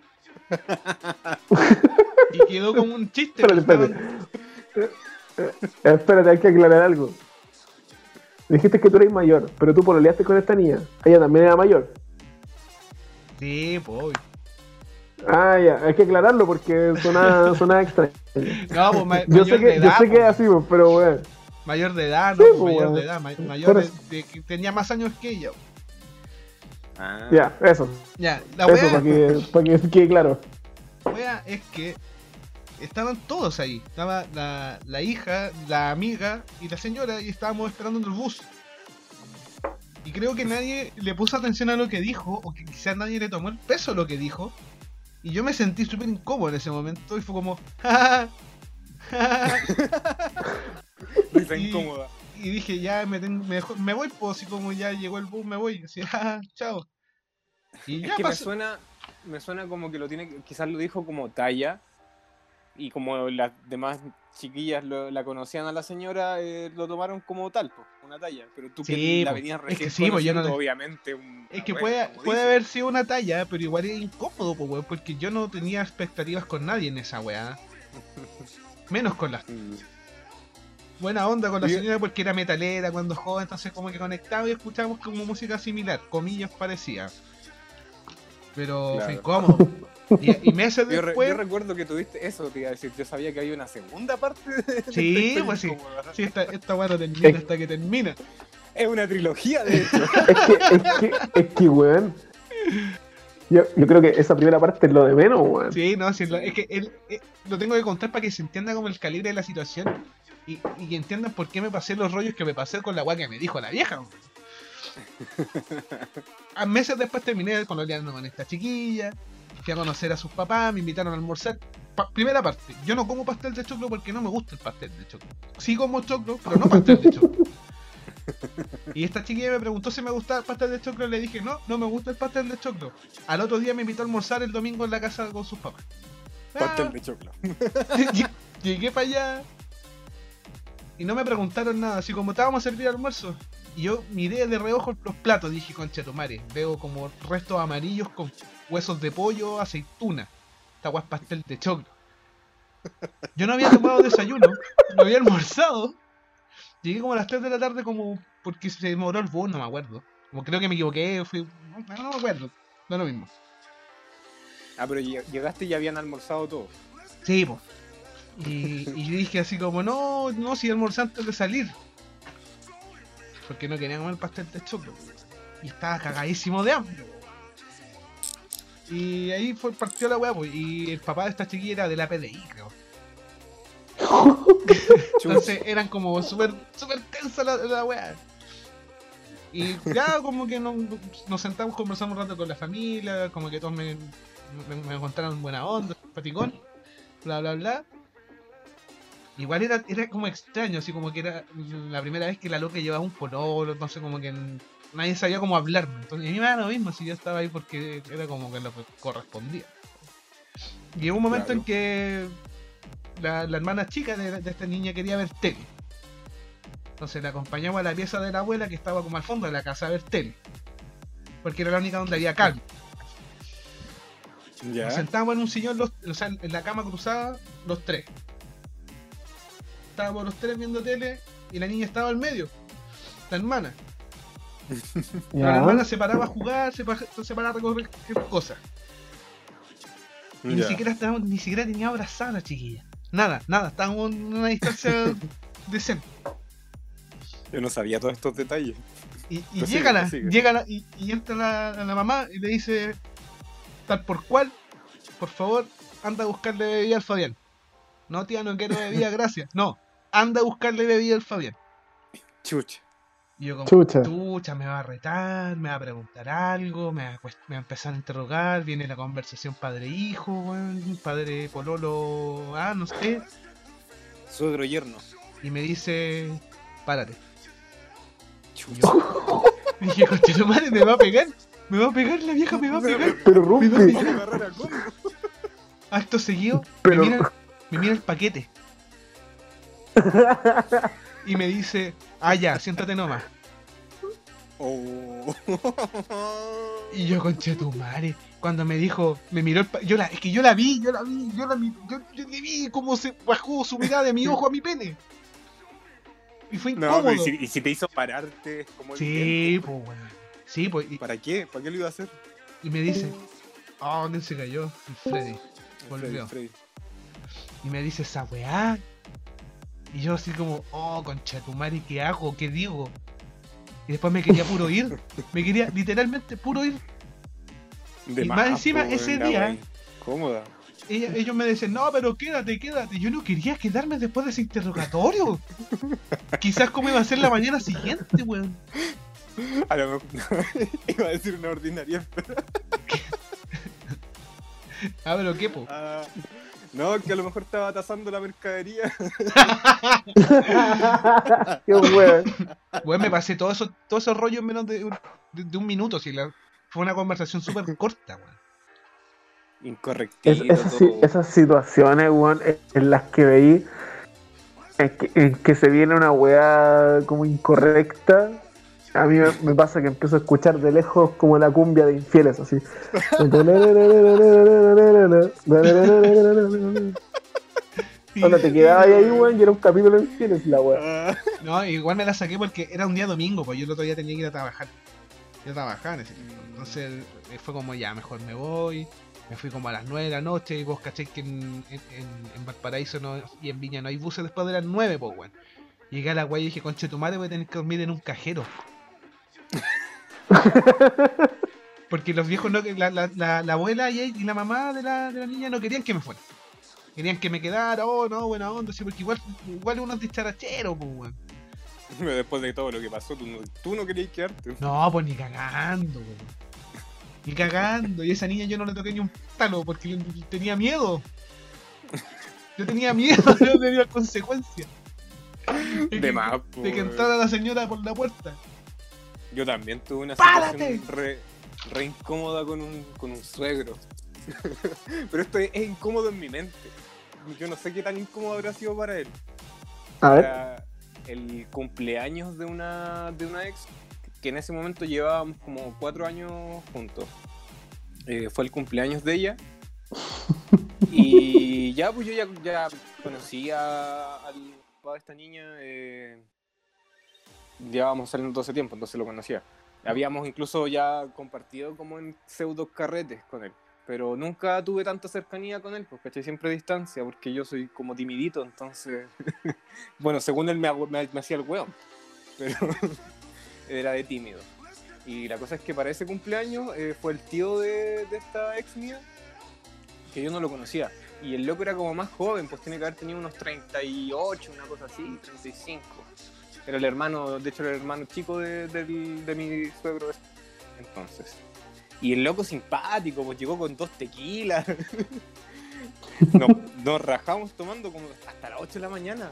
Y quedó como un chiste. Espérate, porque espérate. Eh, Espérate, hay que aclarar algo. Dijiste que tú eres mayor, pero tú pololeaste con esta niña. Ella también era mayor. estaban- Sí, pues. obvio. Ah, ya, hay que aclararlo porque suena, suena extraño. No, pues ma- Yo mayor sé de que, yo edad. sé que es pues. así, pues, pero weón. Mayor de edad, Sí, no, pues, pues, mayor weón. de edad, ma- mayor Pero- de, de que tenía más años que ella. Ah. Ya, eso. Ya, la Eso, wea, para que, para que quede claro. wea es que estaban todos ahí. Estaba la, la hija, la amiga y la señora y estábamos esperando en el bus. Y creo que nadie le puso atención a lo que dijo, o que quizás nadie le tomó el peso a lo que dijo. Y yo me sentí súper incómodo en ese momento y fue como, "Ja, ja, ja". Risa Y- incómoda. Y dije, ya me, ten- me, dejo- me voy, pues así como ya llegó el bus, me voy. Así, "Ja, chao". Y Es ya que me pasó. suena, me suena como que lo tiene, que- quizás lo dijo como talla, y como las demás chiquillas lo- la conocían a la señora, eh, lo tomaron como tal, pues, una talla. Pero tú Sí, que la po. venías Es recién que sí, po, yo no conociendo, le- obviamente. Un, Es que una puede, wea, como puede dice. haber sido una talla, pero igual es incómodo, po, weón, porque yo no tenía expectativas con nadie en esa weá. Menos con la Mm. buena onda con la Oye. señora porque era metalera cuando joven, entonces como que conectaba y escuchábamos como música similar, comillas parecía. Pero Claro. fue incómodo. Y, y meses Yo, re- después. yo recuerdo que tuviste eso, te iba a decir. Yo sabía que había una segunda parte de, de esta Sí, historia pues sí. incómoda. Sí, esta, esta weá no termina Es- hasta que termina. Es una trilogía, de hecho. Es que, es que, es que, weón. Yo, yo creo que esa primera parte es lo de menos, weón. Sí, no, sí, lo- es que él, eh, lo tengo que contar para que se entienda como el calibre de la situación y, y que entiendan por qué me pasé los rollos que me pasé con la weá que me dijo la vieja. weón. A meses después terminé coloreando con esta chiquilla, fui a conocer a sus papás, me invitaron a almorzar. Pa- primera parte, yo no como pastel de choclo porque no me gusta el pastel de choclo. Sí como choclo, pero no pastel de choclo. Y esta chiquilla me preguntó si me gustaba el pastel de choclo y le dije, no, no me gusta el pastel de choclo. Al otro día me invitó a almorzar el domingo en la casa con sus papás. Pastel Ah, de choclo. Lle- Llegué para allá y no me preguntaron nada, así como estábamos a servir almuerzo. Y yo miré de reojo los platos, dije, concha tu madre, veo como restos amarillos con huesos de pollo, aceituna. Esta weá es pastel de choclo. Yo no había tomado desayuno, no había almorzado. Llegué como a las tres de la tarde como porque se demoró el bus, no me acuerdo. Como creo que me equivoqué, fui... No, no me acuerdo, no es lo mismo. Ah, pero lleg- llegaste y ya habían almorzado todo. Sí, pues. Y, y yo dije así como, no, no, si almorzé antes de salir. Porque no quería comer pastel de choclo. Y estaba cagadísimo de hambre. Y ahí fue partió la weá, pues. Y el papá de esta chiquilla era de la P D I, creo. Entonces eran como súper súper tensa la, la weá. Y ya como que nos, nos sentamos, conversamos un rato con la familia, como que todos me, me, me contaron buena onda, paticón, bla bla bla. Igual era, era como extraño, así como que era la primera vez que la loca llevaba un pololo, entonces como que nadie sabía cómo hablarme. Entonces a mí me da lo mismo si yo estaba ahí porque era como que lo que correspondía. Y hubo un momento Claro. en que la, la hermana chica de, de esta niña quería ver tele. Entonces la acompañamos a la pieza de la abuela que estaba como al fondo de la casa a ver tele. Porque era la única donde había cable. Ya. Nos sentábamos en un sillón, los, o sea, en la cama cruzada, los tres. Estábamos los tres viendo tele y la niña estaba al medio. La hermana. Pero la Ya. hermana se paraba a jugar, se, pa- se paraba a recoger cosas. Y ni Ya. siquiera estábamos, ni siquiera tenía abrazada a la chiquilla. Nada, nada, estábamos en una distancia decente. Yo no sabía todos estos detalles. Y, y Prosigue, llega la, prosigue. llega la, y, y entra la, la mamá y le dice, tal por cual, por favor, anda a buscarle bebida al Fabián. No, tía, no quiero bebida, gracias. No, anda a buscarle bebida al Fabián. Chucha. Y yo como, Chucha. chucha, me va a retar, me va a preguntar algo, me va a, cuest- me va a empezar a interrogar, viene la conversación padre-hijo, weón, padre-pololo, ah, no sé. Suegro yerno. Y me dice, párate. Y Chucha. yo dije, concha tu madre, me va a pegar, me va a pegar, la vieja me va a pegar. Pero Me va a Rumpi, Vamos a agarrar a combo. Acto seguido, Pero- me, mira, me mira el paquete. Y me dice, ah ya, siéntate nomás. Oh. Y yo, concha tu madre, cuando me dijo, me miró el pa- yo la, es que yo la vi, yo la vi, yo la vi, yo, yo le vi cómo se bajó su mirada de mi ojo a mi pene. Y fue No, incómodo. pero ¿y si, y si te hizo pararte? Es como Sí, evidente. pues weón. Sí, pues, y, ¿Para qué? ¿Para qué lo iba a hacer? y me dice, oh, ¿quién se cayó? El Freddy. Freddy, Volvió. Freddy. Y me dice esa weá. Y yo así como, oh, concha tu madre, ¿qué hago? ¿Qué digo? Y después me quería puro ir. Me quería literalmente puro ir. De Y más encima, po, ese la día- wey. Cómoda. Ella- ellos me decían, no, pero quédate, quédate. Yo no quería quedarme después de ese interrogatorio. Quizás como iba a ser la mañana siguiente, weón. A lo mejor iba a decir una ordinaria. pero- Ah, pero qué, po. Ah, no, que a lo mejor estaba tasando la mercadería. qué weón. Weón, me pasé todo eso, todo esos rollos en menos de un, de, de un minuto. Si la, fue una conversación súper corta, weón. Incorrectito. Es- esas, si- todo. esas situaciones, weón, en- en las que veí en que, en que se viene una weá como incorrecta, a mí me, me pasa que empiezo a escuchar de lejos como la cumbia de infieles, así. Cuando te quedabas ahí, weón, y era un capítulo de infieles la weá. Ah, No, igual me la saqué porque era un día domingo, pues yo el otro día tenía que ir a trabajar. Yo trabajaba en ese tiempo. Entonces eh, fue como ya, mejor me voy. Me fui como a las nueve de la noche y vos caché que en, en, en- en Valparaíso no, y en Viña no hay buses después de las nueve, pues weón. Llegué a la guay y dije, conche tu madre, voy a tener que dormir en un cajero. Porque los viejos, no, la, la, la, la abuela y, y la mamá de la, de la niña no querían que me fuera. Querían que me quedara, oh no, buena onda, sí, porque igual, igual uno es dicharachero, pues weón. pero después de todo lo que pasó, tú no, tú no querías quedarte. No, pues ni cagando, weón. Ni cagando. Y a esa niña yo no le toqué ni un talo porque yo tenía miedo. Yo tenía miedo de no tener consecuencias. De, De que- más, po, de que weón. entrara la señora por la puerta. Yo también tuve una ¡Párate! situación re, re incómoda con un, con un suegro. Pero esto es, es incómodo en mi mente. Yo no sé qué tan incómodo habrá sido para él. A ver, Era el cumpleaños de una, de una ex que en ese momento llevábamos como cuatro años juntos. Eh, fue el cumpleaños de ella Y ya, pues yo ya, ya conocía al papá de esta niña. Eh, llevábamos saliendo todo ese tiempo, entonces lo conocía. Habíamos incluso ya compartido como en pseudo carretes con él. Pero nunca tuve tanta cercanía con él, porque ¿cachai? Siempre a distancia, porque yo soy como timidito, entonces... bueno, según él me, hago- me, me hacía el hueón, pero era de tímido. Y la cosa es que para ese cumpleaños eh, fue el tío de, de esta ex mía, que yo no lo conocía. Y el loco era como más joven, pues tiene que haber tenido unos treinta y ocho, una cosa así, treinta y cinco. Era el hermano, de hecho era el hermano chico de, del- de mi suegro entonces. Y el loco simpático, pues llegó con dos tequilas. nos, nos rajamos tomando como hasta las ocho de la mañana.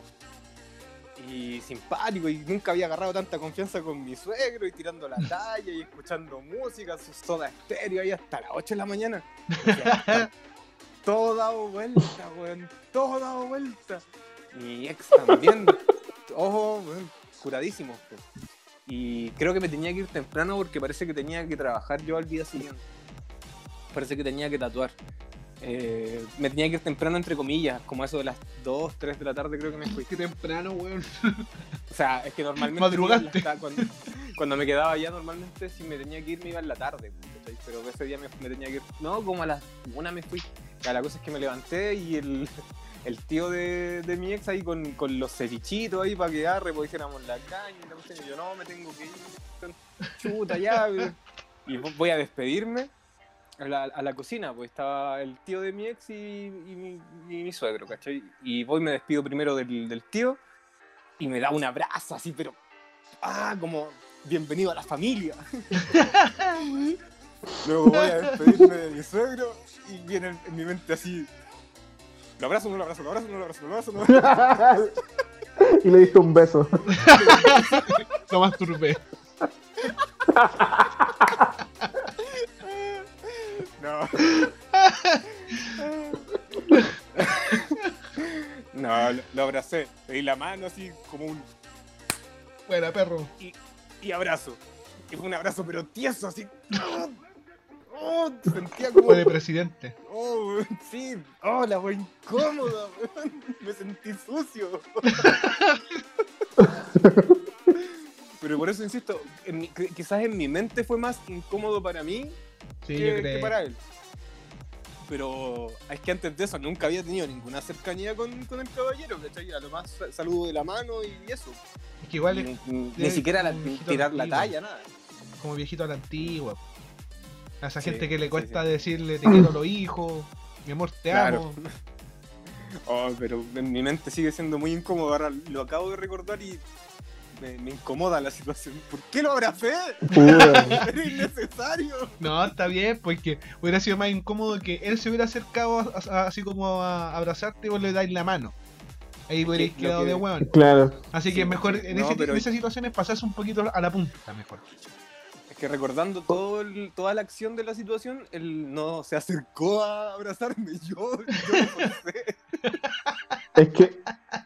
Y simpático, y nunca había agarrado tanta confianza con mi suegro, y tirando la talla, y escuchando música, su soda estéreo, ahí hasta las ocho de la mañana. O sea, todo dado vuelta, weón, todo dado vuelta. Mi ex también, ojo, weón, curadísimos, pues. Y creo que me tenía que ir temprano porque parece que tenía que trabajar yo al día siguiente. Parece que tenía que tatuar. Eh, me tenía que ir temprano, entre comillas, como eso de las dos, tres de la tarde creo que me fui. Qué temprano, weón. O sea, es que normalmente Madrugaste. me iba en la- cuando, cuando me quedaba allá, normalmente si me tenía que ir me iba en la tarde, ¿cachai? Pero ese día me, me tenía que ir, no, como a las una me fui. Ya, la cosa es que me levanté y el, el tío de, de mi ex ahí con, con los cevichitos ahí para que arre, pues hiciéramos la caña y la cuestión, y yo no, me tengo que ir, chuta ya, güey. Y voy a despedirme a la, a la cocina, pues estaba el tío de mi ex y, y, mi, y mi suegro, ¿cachai? Y voy, me despido primero del, del tío y me da un abrazo así, pero ah, como bienvenido a la familia. Luego voy a despedirme de mi suegro y viene en, en mi mente así, lo abrazo, no lo abrazo, lo abrazo, no lo abrazo, lo abrazo, no lo abrazo. Y le diste un beso. Lo masturbé. No. No, lo, lo abracé, le di la mano así como un Buena, perro. y, y abrazo. Y fue un abrazo pero tieso así. Oh, sentía como Fue de presidente. oh, weón, sí, oh, la fue incómoda, weón. Me sentí sucio. Pero por eso insisto, en mi- que- quizás en mi mente fue más incómodo para mí Sí, que, yo que creo. para él. Pero es que antes de eso nunca había tenido ninguna cercanía con, con el caballero, ¿cachai? A lo más sa- saludo de la mano y eso. Es que igual es Ni, ni- de- ni siquiera la- como viejito tirar la antiguo. talla, nada. como viejito a la antigua. A esa Sí, gente que le sí, cuesta sí. decirle te quiero a los hijos, mi amor te Claro. amo. Oh, pero en mi mente sigue siendo muy incómodo. Ahora lo acabo de recordar y me, me incomoda la situación. ¿Por qué lo abracé? Puta. Era innecesario. No, está bien, porque hubiera sido más incómodo que él se hubiera acercado a- a- así como a abrazarte y vos le dais la mano. Ahí hubierais que lo quedado que- de hueón. Claro. Así Sí, que mejor sí. en, No, ese, pero- en esas situaciones pasarse un poquito a la punta mejor. Es que recordando todo el- toda la acción de la situación, él no se acercó a abrazarme. Yo, yo lo forcé. Es que,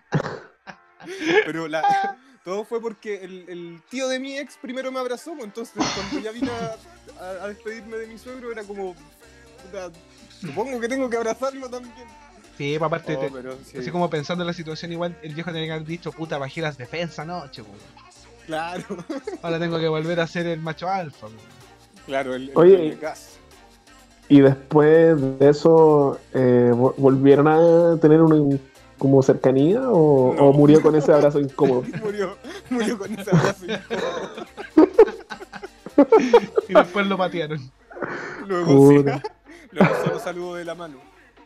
Pero la, todo fue porque el, el tío de mi ex primero me abrazó, pues, entonces cuando ya vine a, a- a despedirme de mi suegro era como, puta, supongo que tengo que abrazarlo también. Sí, pues aparte, Oh, te- pero sí. así como pensando en la situación, igual el viejo tenía que haber dicho, puta, bajé las defensas anoche, po. Claro, Ahora tengo que volver a ser el macho alfa, po. claro, el, el Oye, Johnny Gas. y después de eso, eh, vo- ¿volvieron a tener una como cercanía o, No. o murió con ese abrazo incómodo? Murió, murió con ese abrazo incómodo. Y después lo patearon. Luego sí, Puta. luego solo saludo de la mano.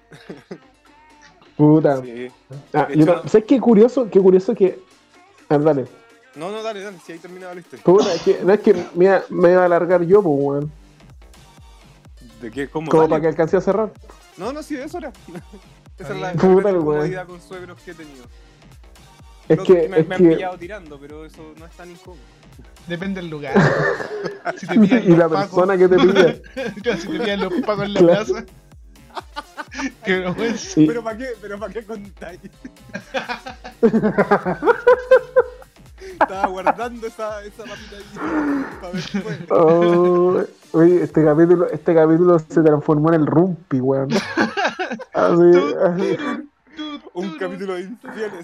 Puta. Sí. Ah, De yo hecho, no- ¿Sabes qué curioso? Qué curioso que. Ah, dale. No, no, dale, dale, si ahí terminaba la historia. Puta, es que, no es que me, iba- me iba a alargar yo, pues, weón. ¿De qué? ¿Cómo? Como Dale. para que alcance a cerrar. No, no, sí, eso era. Esa es la, la bien. Puta, gran el weón. incomodidad con suegros que he tenido. Es Los que. me, Es me han que pillado tirando, pero eso no es tan incómodo. Depende del lugar. Si te pillan y los la pacos, persona que te pilla. claro, si te pillan los pacos en la Claro. plaza. Qué vergüenza. Sí. ¿Pero para qué? ¿Pero para qué contáis? Estaba guardando esa, esa papita ahí para ver después. Oh, oye, este capítulo, este capítulo se transformó en el Rumpi, weón. Así, así. Un capítulo de infieles.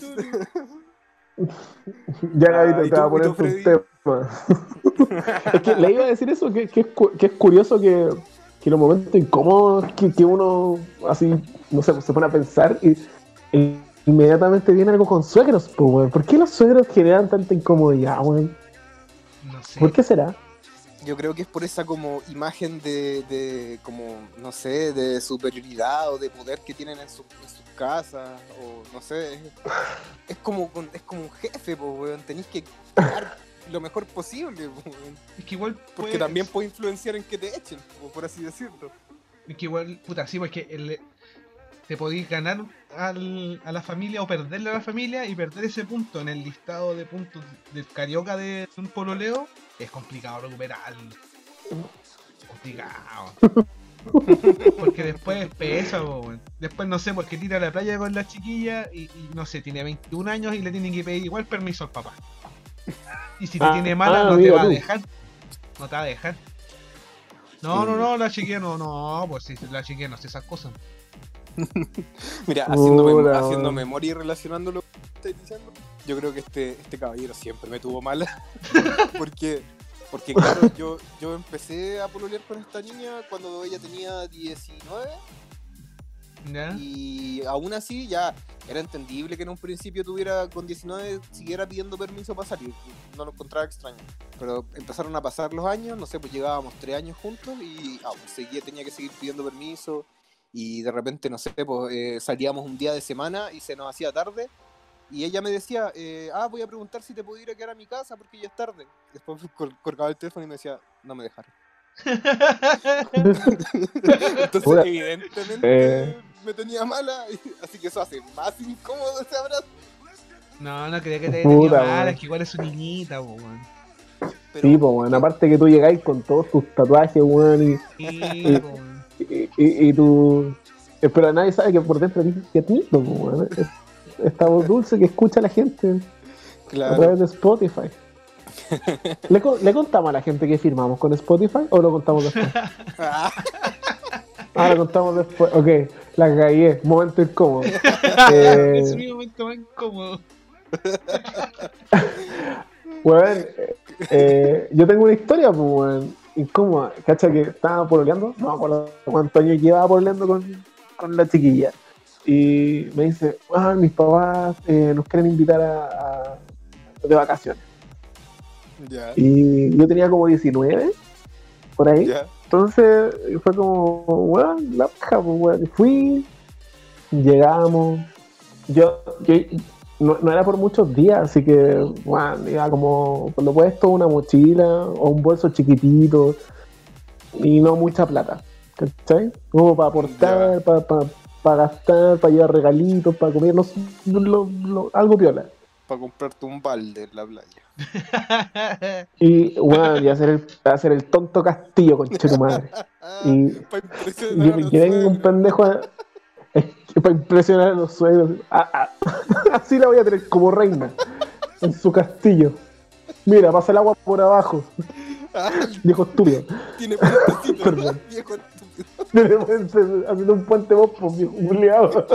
Ya, Ah, Gabito, ¿y te tú- va a y poner tú, un Freddy? tema. Es que le iba a decir eso, que, que, es, cu- que es curioso que, que los momentos incómodos que, que uno así, no sé, pues, se pone a pensar y, y inmediatamente viene algo con suegros, pues, weón. ¿Por qué los suegros generan tanta incomodidad, weón? No sé. ¿Por qué será? Yo creo que es por esa como imagen de, de como, no sé, de superioridad o de poder que tienen en, su, en sus casas, o no sé, es, es como con- es como un jefe, pues, weón, tenéis que quedar lo mejor posible, pues, weón, Es que igual. porque puede- también puede influenciar en que te echen, po, por así decirlo. Es que igual, puta, sí, porque el, te podéis ganar al, a la familia o perderle a la familia y perder ese punto en el listado de puntos del carioca de un pololeo es complicado recuperarlo. Complicado. Porque después pesa, po, weón. Después no sé, porque tira a la playa con la chiquilla y, y no sé, tiene veintiún años y le tienen que pedir igual permiso al papá. Y si te Ah, tiene mala, ah, no te mira va a tú. dejar. No te va a dejar. No, no, no, la chiquilla no, no, pues sí, la chiquilla no hace esas cosas. Mira, haciendo, mem- Hola, haciendo weón. memoria y relacionándolo con lo que estáis diciendo, yo creo que este, este caballero siempre me tuvo mala. porque, porque claro, yo, yo empecé a pololear con esta niña cuando ella tenía diecinueve. ¿Ya? Y aún así ya era entendible que en un principio tuviera con diecinueve siguiera pidiendo permiso para salir, no lo encontraba extraño, pero empezaron a pasar los años, no sé, pues llegábamos tres años juntos y ah, pues, seguía, tenía que seguir pidiendo permiso y de repente, no sé, pues eh, salíamos un día de semana y se nos hacía tarde y ella me decía, eh, ah, voy a preguntar si te puedo ir a quedar a mi casa porque ya es tarde. Después col- colgaba el teléfono y me decía, no me dejaron. Entonces, Puta, evidentemente, eh. me tenía mala, y- así que eso hace más incómodo ese abrazo. No, no creía que te haya tenido Puta, mala, weón. es que igual es su niñita, po, weón. Pero, Sí, pues, weón. Aparte que tú llegáis con todos tus tatuajes, weón, y, Sí, po, weón. y, y, y tú. eh, Pero nadie sabe que por dentro tienes quietito, pues, weón. Es- Esta voz dulce que escucha la gente a claro, través de Spotify. ¿Le, co- ¿Le contamos a la gente que firmamos con Spotify o lo contamos después? ah, Ah, lo contamos después. Ok, la cagué. Momento incómodo. Eh, Es mi momento más incómodo. Weón, eh, eh, yo tengo una historia, pues, weón, incómoda. ¿Cacha que estaba pololeando? No me acuerdo cuántos años llevaba pololeando con, con la chiquilla. Y me dice, ah, mis papás eh, nos quieren invitar a, a- de vacaciones. ya, Y yo tenía como diecinueve, por ahí. ya, Entonces fue como, weón, la paja, pues, weón. Fui, llegamos. Yo, yo no, no era por muchos días, así que, weón, iba como por lo puesto una mochila o un bolso chiquitito y no mucha plata, ¿cachai? Como para aportar, para pa, gastar, para llevar regalitos, para comer, no sé, lo- lo- algo piola. para comprarte un balde en la playa. Y, weón, y hacer el, hacer el tonto castillo, conche tu madre. Y para impresionar yo, a los yo vengo un suegros. pendejo a- para impresionar a los suegros. Ah, ah. Así la voy a tener como reina en su castillo. Mira, pasa el agua por abajo, Ah, viejo estúpido. tiene puentecito, Perdón. viejo estúpido. Haciendo un puente vos, pues, viejo culiao.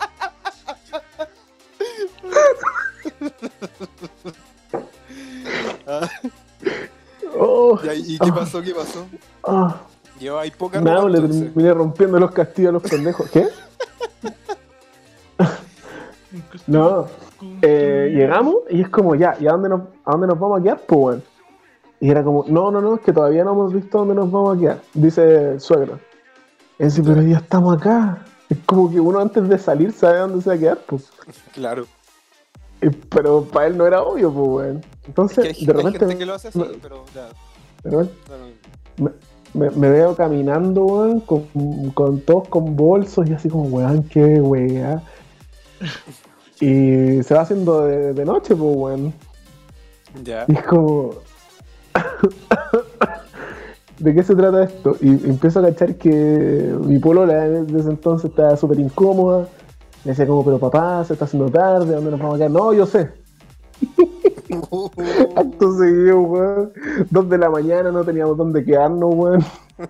Ah, Oh, ya, ¿y qué pasó? ¿Qué pasó? ah. Lleva ahí poca Nada, ropa, le entonces. terminé rompiendo los castillos a los pendejos. ¿Qué? No. Eh, llegamos y es como, ya, ¿y a dónde nos, a dónde nos vamos a quedar? Pues, weón. Y era como, no, no, no, es que todavía no hemos visto dónde nos vamos a quedar, dice el suegro. Y dice, pero ya estamos acá. Es como que uno antes de salir sabe dónde se va a quedar, pues. Claro. Y- Pero para él no era obvio, pues, weón. Es Entonces, que hay, de hay repente, gente que lo hace así, me, pero ya. weón, no, no. me, me veo caminando, weón, con, con todos con bolsos y así como, weón, qué weá. Y se va haciendo de, de noche, pues, weón. Ya. Y es como, ¿de qué se trata esto? Y empiezo a cachar que mi polola desde ese entonces estaba súper incómoda. Me decía como, pero papá, se está haciendo tarde, ¿dónde nos vamos a quedar? No, yo sé. Acto seguido, weón. Dos de la mañana, no teníamos dónde quedarnos, weón.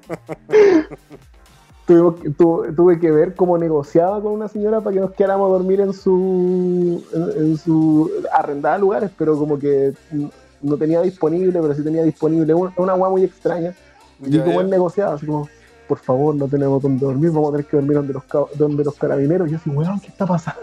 Tuvimos que- tu- tuve que ver cómo negociaba con una señora para que nos quedáramos a dormir en su. en, en su. arrendada lugares, pero como que n- no tenía disponible, pero sí tenía disponible. Una, una weá muy extraña. Y Ya, como ya. él negociaba, así como, por favor, no tenemos dónde dormir, vamos a tener que dormir donde los, ca- donde los carabineros. Y yo así, weón, ¿qué está pasando?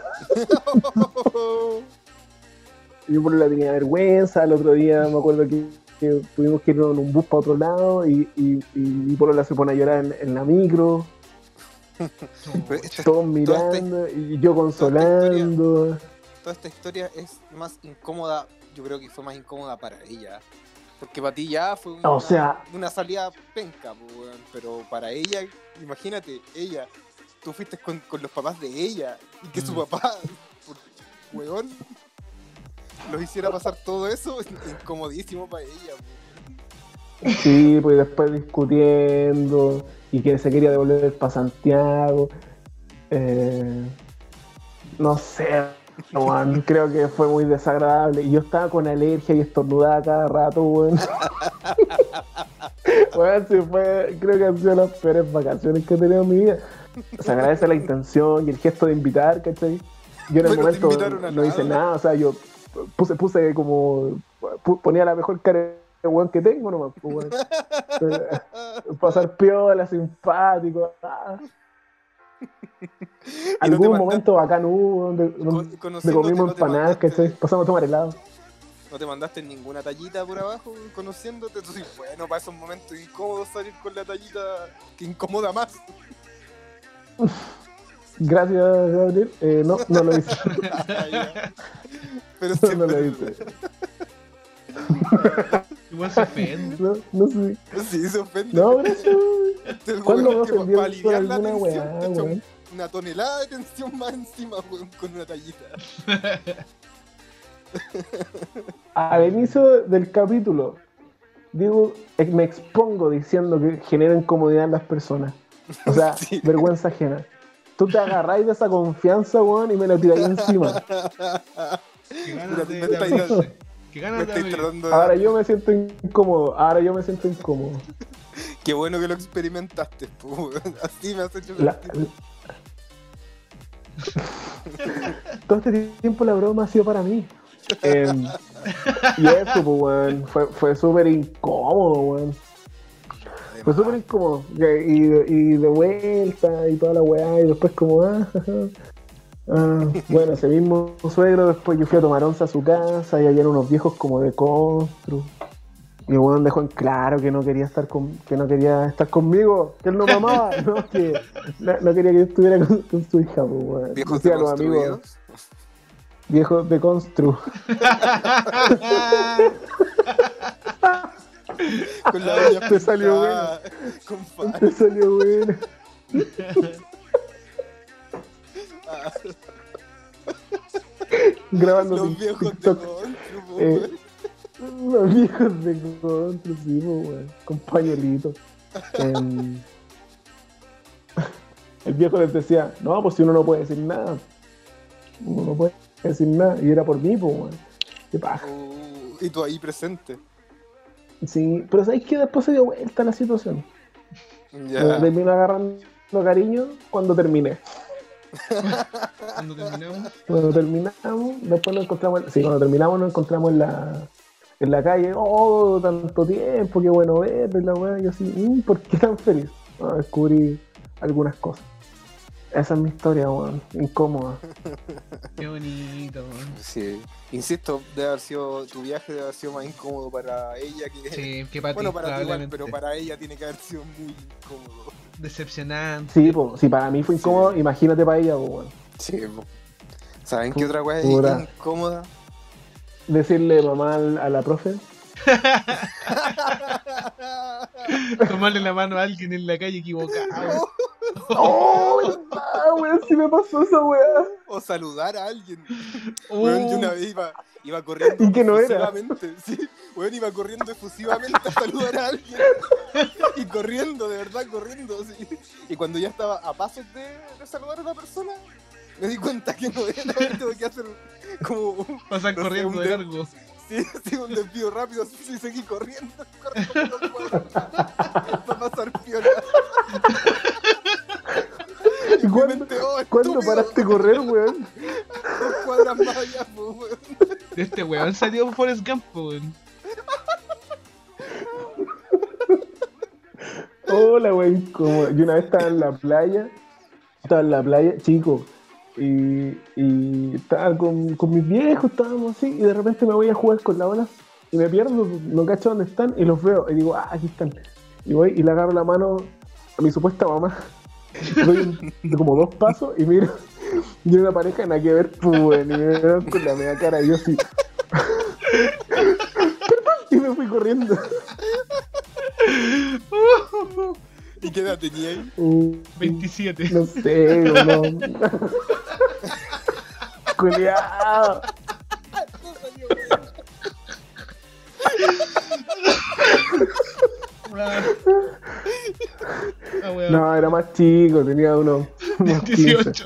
Y yo por la tenía vergüenza, el otro día me acuerdo que, que tuvimos que ir en un bus para otro lado y, y, y, y por la se pone a llorar en, en la micro, Pero esta- todos toda esta- mirando y yo historia- consolando. Toda esta historia es más incómoda, yo creo que fue más incómoda para ella. Porque para ti ya fue una, O sea- una salida penca, po, weón. Pero para ella, imagínate, ella, tú fuiste con, con los papás de ella y que su Mm. papá, por, weón, los hiciera pasar todo eso, incomodísimo para ella, po. Sí, pues después discutiendo y que se quería devolver para Santiago. Eh, no sé, weón, creo que fue muy desagradable. Y yo estaba con alergia y estornudaba cada rato, weón. Weón, sí fue, creo que han sido las peores vacaciones que he tenido en mi vida. Se agradece la intención y el gesto de invitar, ¿cachai? Yo en el Pero no te momento invitaron a no hice nada. nada, o sea, yo puse, puse como, pu- ponía la mejor cara de weón que tengo nomás, pues, weón. Eh, Pasar piola, simpático. Ah. Y no te Algún mandaste- momento bacán hubo donde, Con- donde conociéndote, comimos no te empanadas, mandaste- ¿cachai? Pasamos a tomar helado. No te mandaste ninguna tallita por abajo, conociéndote. Tú dices, bueno, para esos momentos incómodos salir con la tallita que incomoda más. Gracias, Gabriel. Eh, no, no lo hice. Pero No, no siempre lo hice. Igual se ofende. No, no sé. Sí, se ofende. No, gracias. Este es el ¿Cuándo weón me que pa- ofendió pa' por aliviar la alguna tensión, weá, te echa weón? una tonelada de tensión más encima, weón, con una tallita. Al inicio del capítulo, digo, eh, me expongo diciendo que genera incomodidad en las personas. O sea, Sí. vergüenza ajena. Tú te agarráis de esa confianza, weón, y me la tiráis encima. Qué ganas Mira, de, me de estáis- abrirse. Qué Me ganas de estáis abrir. tratando de... Ahora yo me siento incómodo. Ahora yo me siento incómodo. Qué bueno que lo experimentaste, po, weón. Así me has hecho La- sentir. Todo este tiempo la broma ha sido para mí. Em, y eso, pues, weón, fue, fue súper incómodo, weón. Fue súper incómodo. Y, y- y de vuelta y toda la weá, y después como, ah, ajá. Ah, bueno, ese mismo suegro, después yo fui a tomar once a su casa y allá eran unos viejos como de constru. Y el weón dejó en claro que no quería estar con, que no quería estar conmigo, que él no mamaba, no, que no, no quería que yo estuviera con, con su hija, pues, weón. Viejos Decía a los amigos, deconstruidos. viejos de constru. Con la uña Te salió pintada, con fa- Te salió bueno. Grabando Los tic- viejos de TikTok. Contru, po, Eh, weón. Los viejos de contra, sí, po, weón, con pañuelitos. Em, el viejo les decía, no, pues si uno no puede decir nada. Uno no puede decir nada. Y era por mí, pues, weón. Qué paja. Uh, y tú ahí presente. Sí, pero ¿sabes qué? Después se dio vuelta la situación. Ya. Me terminó agarrando cariño cuando terminé. Cuando terminamos. Cuando terminamos, después nos encontramos, sí, cuando terminamos nos encontramos en la, en la calle, oh, tanto tiempo, qué bueno verlo, y la weá, y yo así, "Mm, ¿por qué tan feliz?" Ah, descubrí algunas cosas. Esa es mi historia, weón, incómoda. Qué bonito, man. Sí. Insisto, debe haber sido, tu viaje debe haber sido más incómodo para ella que... Sí, que para Bueno, ti para ti igual, probablemente. pero para ella tiene que haber sido muy incómodo. Decepcionante. Sí, po, si para mí fue Sí. incómodo, imagínate para ella, po, weón. Sí, po. ¿Saben qué otra weá es Pura. incómoda? Decirle mamá al- a la profe, Tomarle la mano a alguien en la calle equivocado. ¡oh, verdad, weón! Sí me pasó esa weá. O saludar a alguien. Oh, Weón, yo una vez iba, iba corriendo ¿Y que no era? efusivamente, sí, weón, iba corriendo efusivamente a saludar a alguien. Y corriendo, de verdad, corriendo, sí. Y cuando ya estaba a pasos de, de saludar a la persona, me di cuenta que no era, y tuve que hacer como... Pasan no sé, corriendo un de de- largo. Sí, sí, un desvío rápido, sí, seguí corriendo, corre como dos cuadras para pasar piola. ¿Y cuándo, Oh, ¿cuándo estúpido. paraste a correr, weón? Dos cuadras más allá, pues, weón. De este weón salió Forrest Gump, po, weón. Hola, weón. Como yo una vez estaba en la playa, estaba en la playa, chico, y, y estaba con, con mis viejos, estábamos así, y de repente me voy a jugar con la ola, y me pierdo, no cacho dónde están, y los veo, y digo, ah, aquí están. Y voy y le agarro la mano a mi supuesta mamá. Doy un- de como dos pasos y miro, y una pareja nada que ver, pues, weón, y me veo con la media cara, y yo así. Y me fui corriendo. ¿Y qué edad tenía ahí? Uh, veintisiete. No sé, no. Culeado. No salió bien. Ah, ah, weón. No, era más chico, tenía unos, unos quince. dieciocho.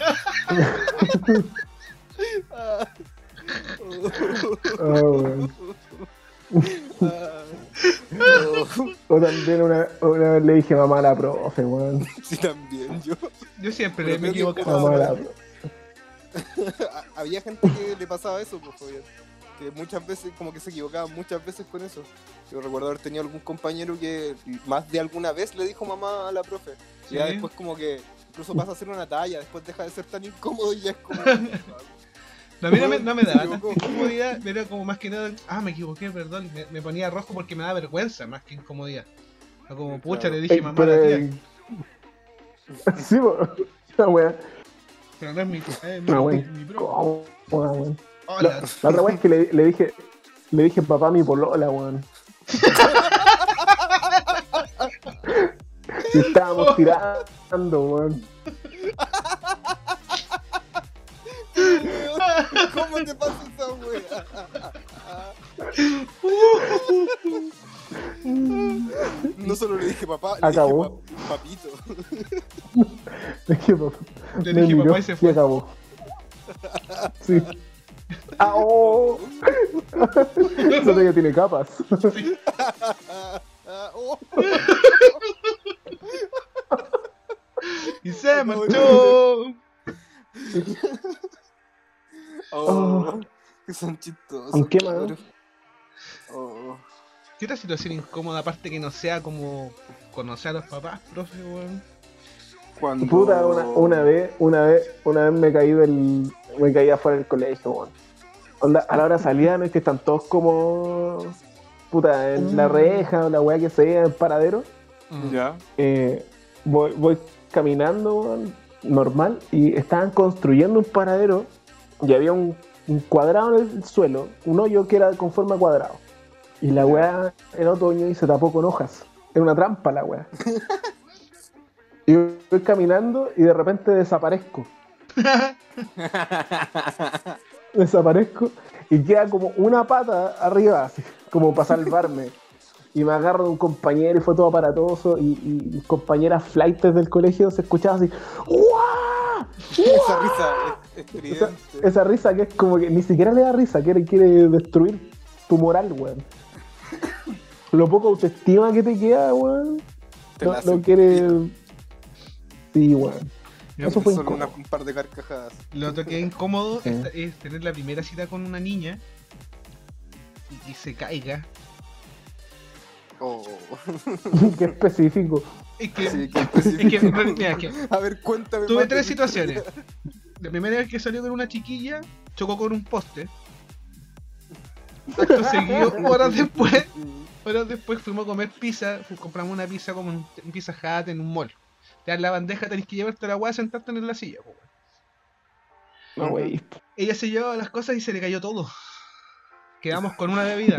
Ah. Ah, weón. Ah. Oh, O también una, una vez le dije mamá a la profe, weón. sí, también, yo. Yo siempre Pero me creo que equivocaba. Mamá a la Ah, profe. Había gente que le pasaba eso, pues, Fabián. Que muchas veces, como que se equivocaban muchas veces con eso. Yo recuerdo haber tenido algún compañero que más de alguna vez le dijo mamá a la profe. Y ya Sí. después como que incluso pasa a ser una talla, después deja de ser tan incómodo y ya es como... No, a mí no me, no me Se daba equivocó. tanta incomodidad, era como más que nada, ah, me equivoqué, perdón, me, me ponía rojo porque me da vergüenza más que incomodidad. O como, Sí, pucha, claro. le dije Ey, mamá a pero, la tía, eh, Sí, po. La wea. pero no es mi, eh, mi, No, mi, weón. mi bro. ¿Cómo, weón? Hola. La otra wea es que le, le dije, le dije papá a mi polola, weón. Y estábamos tirando, weón. ¿Cómo te pasa esa wea? No solo le dije papá, le Acabó. dije pa- papito. Le dije papá. Le Me dije miró papá y se fue. acabó. Sí. ¡Ah, oh! Eso todavía tiene capas. Ah, oh. Y se marchó. Oh, que son chistosos. ¿En qué más? cabros. Oh. ¿Qué otra situación incómoda aparte que no sea como conocer a los papás, profe, weón? Cuando... Puta, una, una vez, una vez, una vez me caí del. Me caí afuera del colegio, weón. Onda, a la hora de salida no es que están todos como. Puta, en la reja o la weá que sea, en el paradero. Ya. Eh, voy, voy caminando, weón, normal, y estaban construyendo un paradero y había un, un cuadrado en el suelo, un hoyo que era con forma de cuadrado. Y la weá era otoño y se tapó con hojas. Era una trampa la weá. Y voy caminando y de repente desaparezco. Desaparezco y queda como una pata arriba, así, como para salvarme. Y me agarro de un compañero y fue todo aparatoso. Y, y mis compañeras flightes del colegio se escuchaba así: ¡Guau! Esa risa es Esa, estridente. esa risa que es como que ni siquiera le da risa, quiere, quiere destruir tu moral, weón. Lo poco autoestima que te queda, weón. Te No, la no hacen quiere. Sí, weón. Yo, Eso fue Solo una- incómodo. un par de carcajadas. Lo otro que es incómodo Sí. es, es tener la primera cita con una niña y, y se caiga. Oh. Qué específico. Es que, Sí, qué es que, específico. mira, es que A ver, cuéntame. tuve más de tres tu situaciones. La primera vez que salió con una chiquilla, chocó con un poste. Acto seguido, horas después, historia. horas después fuimos a comer pizza, fu- compramos una pizza como un, un Pizza Hut en un mall. Te dan la bandeja, tenés que llevarte la weá, sentarte en la silla, po, weón. No, wey. Ella se llevaba las cosas y se le cayó todo. Quedamos con una bebida.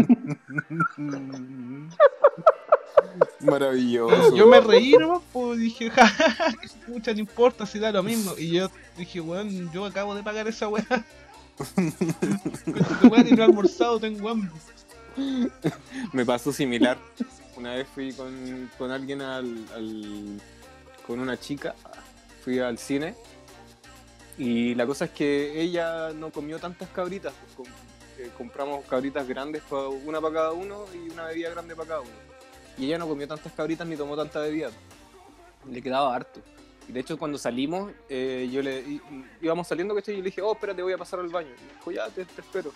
Maravilloso. Yo me reí nomás, pues dije, jajaja, mucha no importa si da lo mismo. Y yo dije, weón, yo acabo de pagar esa weá. Esta weá, y no he almorzado, tengo hambre. Me pasó similar. Una vez fui con, con alguien al, al- con una chica, fui al cine y la cosa es que ella no comió tantas cabritas. com- eh, compramos cabritas grandes, pa- una para cada uno y una bebida grande para cada uno. Y ella no comió tantas cabritas ni tomó tanta bebida. Le quedaba harto. Y de hecho cuando salimos, eh, yo le í- íbamos saliendo, ¿cachai? Y yo le dije, oh, espérate, voy a pasar al baño. Y me dijo, ya, te, te espero.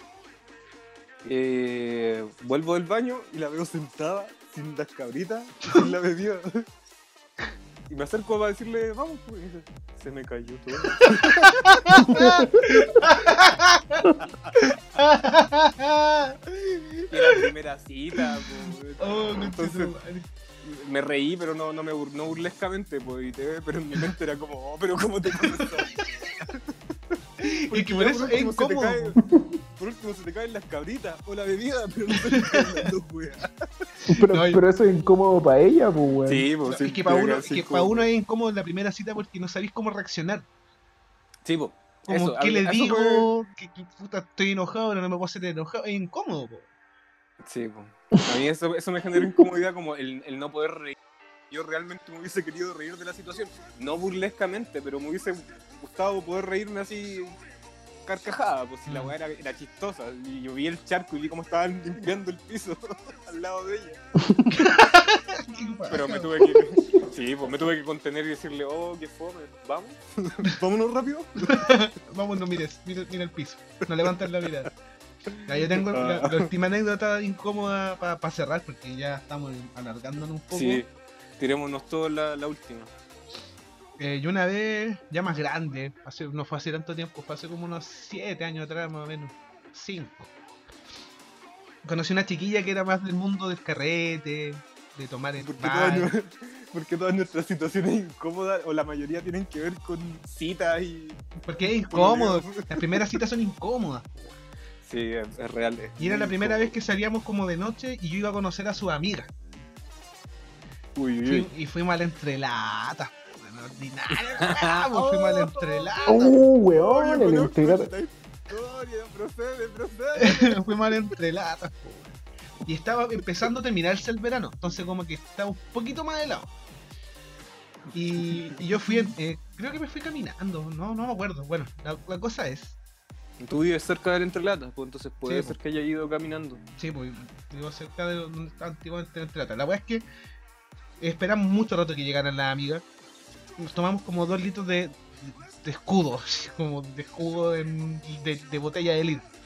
Eh, vuelvo del baño y la veo sentada, sin las cabritas, sin la bebida. Y me acerco para decirle, vamos, pues. Y dice, se me cayó todo. Y la primera cita, pues. Oh, Entonces, me reí, pero no, no, me bur- no burlescamente, pues, y te- pero en mi mente era como, oh, pero ¿cómo te comenzó? Y que por eso es incómodo. Cae, por último se te caen las cabritas o la bebida, pero no se te caen las dos weas. Pero, No, y- pero eso es incómodo para ella, pues, weón. Sí, pues sí. Es que para tiene uno, ser que como- para uno es incómodo en la primera cita porque no sabéis cómo reaccionar. Sí, pues. Como, Eso, ¿qué a- le eso digo? ¿Qué, qué puta, estoy enojado, pero no me puedo hacer enojado? Es incómodo, po. Sí, pues. A mí eso, eso me genera incomodidad, como el, el no poder reír. Yo realmente me hubiese querido reír de la situación. No burlescamente, pero me hubiese gustado poder reírme así carcajada, pues si la Mm. weá era, era chistosa. Y yo vi el charco y vi cómo estaban limpiando el piso al lado de ella. Pero me tuve que. Sí, pues me tuve que contener y decirle, oh, qué fome, vamos, vámonos rápido. Vamos, no mires, mira, mira el piso. No levantes la mirada. Ya, yo tengo la, la última anécdota incómoda para cerrar porque ya estamos alargándonos un poco. Sí, tirémonos todos la, la última. Eh, yo una vez, ya más grande, hace, no fue hace tanto tiempo, fue hace como unos siete años atrás más o menos, cinco. Conocí una chiquilla que era más del mundo del carrete, de tomar en Porque bar. todas, nu- porque todas nuestras situaciones incómodas, o la mayoría tienen que ver con citas y... Porque es incómodo, las primeras citas son incómodas. Sí, es, es real. es Y era muy la primera vez incómodo. que salíamos como de noche y yo iba a conocer a su amiga. Uy, uy, Fui- uy. y fuimos a la entrelata. Bueno, ordinaria, weá, pues, fuimos a la entrelata. Uh, Oye, weón, el conozco entregar. esta historia, procede, procede. Fuimos a la entrelata. po, weón. Y estaba empezando a terminarse el verano. Entonces como que estaba un poquito más helado. Y, y yo fui, eh, creo que me fui caminando, no, no me acuerdo. Bueno, la, la cosa es, Tú vives cerca del Entrelatas, pues entonces puede Sí, ser pues. que haya ido caminando. sí, pues vivo cerca de donde estaba antiguamente la entrelata. La weá es que esperamos mucho rato que llegaran las amigas. Nos tomamos como dos litros de, de escudo, así como de escudo en- de, de botella de litro.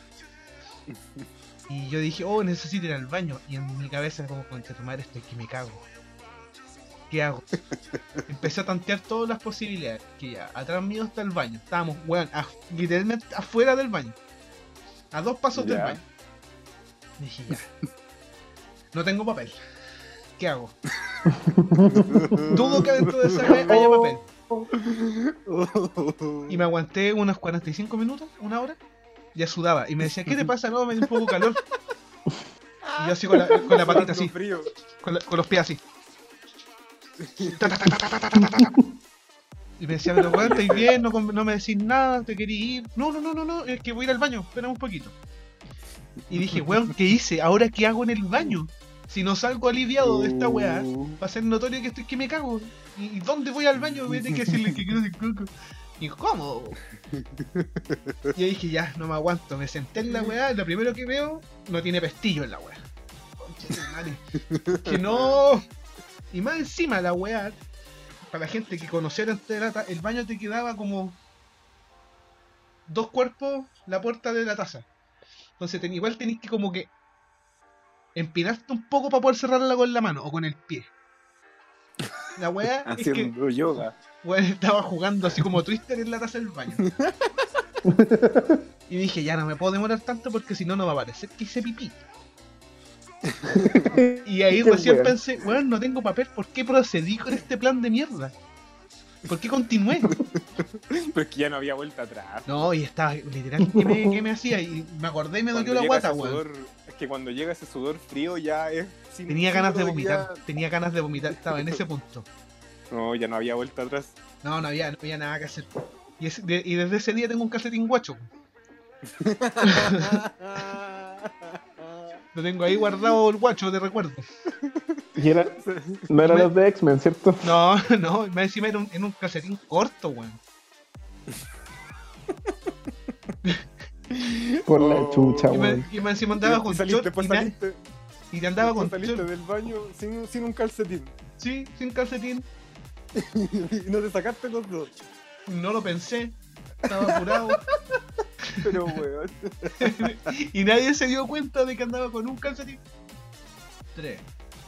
Y yo dije, oh, necesito ir al baño. Y en mi cabeza era como, concha tu madre, estoy que me cago. ¿Qué hago? Empecé a tantear todas las posibilidades. Que ya, atrás mío está el baño. Estábamos, weón, af- literalmente afuera del baño. A dos pasos del Ya. baño. Dije, ya. No tengo papel. ¿Qué hago? Dudo que dentro de esa vez haya papel. Y me aguanté unos cuarenta y cinco minutos, una hora. Ya sudaba. Y me decía, ¿qué te pasa? No, me dio un poco calor. Y yo así con la, con la patita así, Frío. con, la- con los pies así. Ta, ta, ta, ta, ta, ta, ta, ta, ta. Y me decía, pero weón, ¿estáis bien? No, com- no me decís nada, te quería ir. No, no, no, no, no, es que voy a ir al baño, espera un poquito. Y dije, weón, ¿qué hice? ¿Ahora qué hago en el baño? Si no salgo aliviado de esta weá, va a ser notorio que estoy que me cago. ¿Y y dónde voy al baño? Voy a tener que decirle que quiero decir coco. Incómodo. Y yo dije, ya, no me aguanto. Me senté en la weá, y lo primero que veo, no tiene pestillo en la weá. Concha de madre. Que no. Y más encima la weá, para la gente que conociera este lata, el baño te quedaba como dos cuerpos la puerta de la taza. Entonces ten- igual tenés que como que empinarte un poco para poder cerrarla con la mano o con el pie. La weá es que Haciendo yoga. weón, estaba jugando así como Twister en la taza del baño. Y dije, ya no me puedo demorar tanto porque si no, no va a parecer que hice pipí. Y ahí Qué recién weón. pensé, weón, no tengo papel, ¿por qué procedí con este plan de mierda? ¿Por qué continué? Pero es que ya no había vuelta atrás. No, y estaba literal, ¿qué me, qué me hacía? Y me acordé y me Cuando dolió la llega guata, ese weón. sudor- es que cuando llega ese sudor frío ya es... sin- Tenía ganas de símbolo vomitar, que tenía ganas de vomitar, estaba en ese punto. ya- No, ya no había vuelta atrás. No, no había, no había nada que hacer. Y, ese- de- y desde ese día tengo un calcetín guacho. Lo tengo ahí guardado el guacho de recuerdo. Y era, no eran Me- los de X-Men, ¿cierto? No, no, más encima era un, en un calcetín corto, weón. Por la Oh. chucha, Y me, weón. y me encima andaba con saliste, short después y, na- saliste, y andaba con después saliste short. del baño sin, sin un calcetín. Sí, sin calcetín. Y no te sacaste los dos. No lo pensé. Estaba apurado. Pero weón. Y nadie se dio cuenta de que andaba con un calcetín. Tres.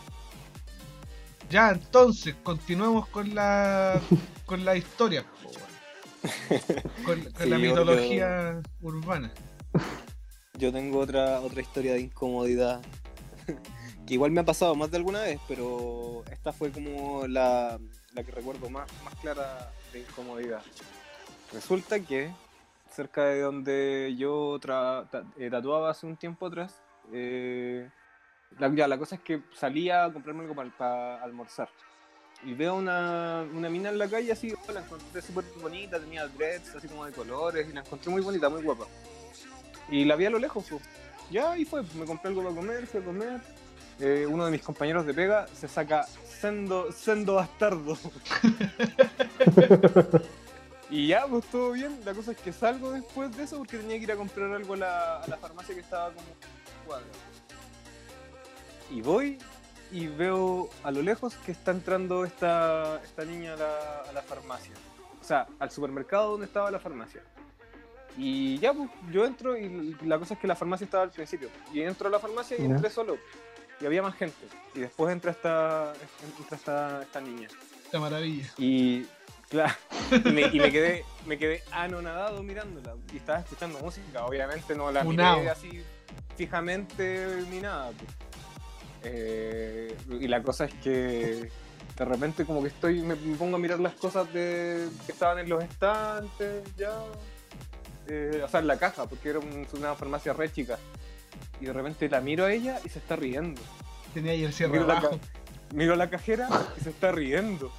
Ya, entonces, continuemos con la con la historia. po, weón. Con, con Sí, la yo- mitología urbana. Yo tengo otra, otra historia de incomodidad. Que igual me ha pasado más de alguna vez, pero esta fue como la, la que recuerdo más, más clara de incomodidad. Resulta que cerca de donde yo tra- ta- eh, tatuaba hace un tiempo atrás, eh, la, ya, la cosa es que salía a comprarme algo para almorzar. Y veo una, una mina en la calle así, oh, la encontré súper bonita, tenía dreads así como de colores, y la encontré muy bonita, muy guapa. Y la vi a lo lejos, pues. Ya, ahí fue, me compré algo para comer, fui a comer. Eh, uno de mis compañeros de pega se saca sendo, sendo bastardo. Y ya, pues todo bien. La cosa es que salgo después de eso porque tenía que ir a comprar algo a la, a la farmacia que estaba como cuadra. Y voy y veo a lo lejos que está entrando esta, esta niña a la, a la farmacia. O sea, al supermercado donde estaba la farmacia. Y ya, pues yo entro y la cosa es que la farmacia estaba al principio. Y entro a la farmacia y Ya. entré solo. Y había más gente. Y después entra esta, entra esta, esta niña. Esta maravilla. Y claro, y me, y me quedé, me quedé anonadado mirándola. Y estaba escuchando música, obviamente no la Funao. miré así fijamente ni nada. Pues. Eh, y la cosa es que de repente como que estoy, me, me pongo a mirar las cosas de, que estaban en los estantes, ya. Eh, o sea, en la caja, porque era un- una farmacia re chica. Y de repente la miro a ella y se está riendo. Tenía ahí el cierre Miro la, abajo. ca- miro a la cajera y se está riendo.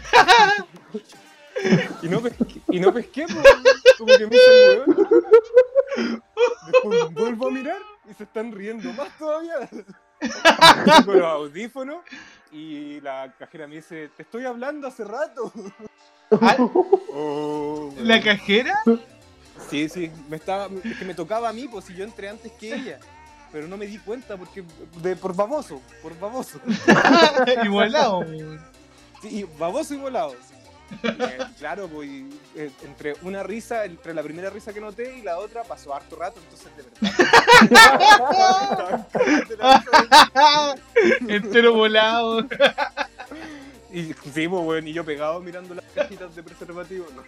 y, no pesqué, y no pesqué, po, como que me hice el hueón. Después vuelvo a mirar y se están riendo más todavía. Con los audífonos y la cajera me dice, te estoy hablando hace rato. Ah, Oh, ¿La weón. cajera? Sí, sí, me estaba, es que me tocaba a mí, pues si yo entré antes que ella. Pero no me di cuenta porque de, por baboso, por baboso. Y volado. weón. Sí, y baboso y volado. Y, eh, claro, pues y, eh, entre una risa, entre la primera risa que noté y la otra pasó harto rato, entonces de verdad. Estaba en cagas de la risa. Entero volado. Y sí, pues bueno, y yo pegado mirando las cajitas de preservativo. ¿No?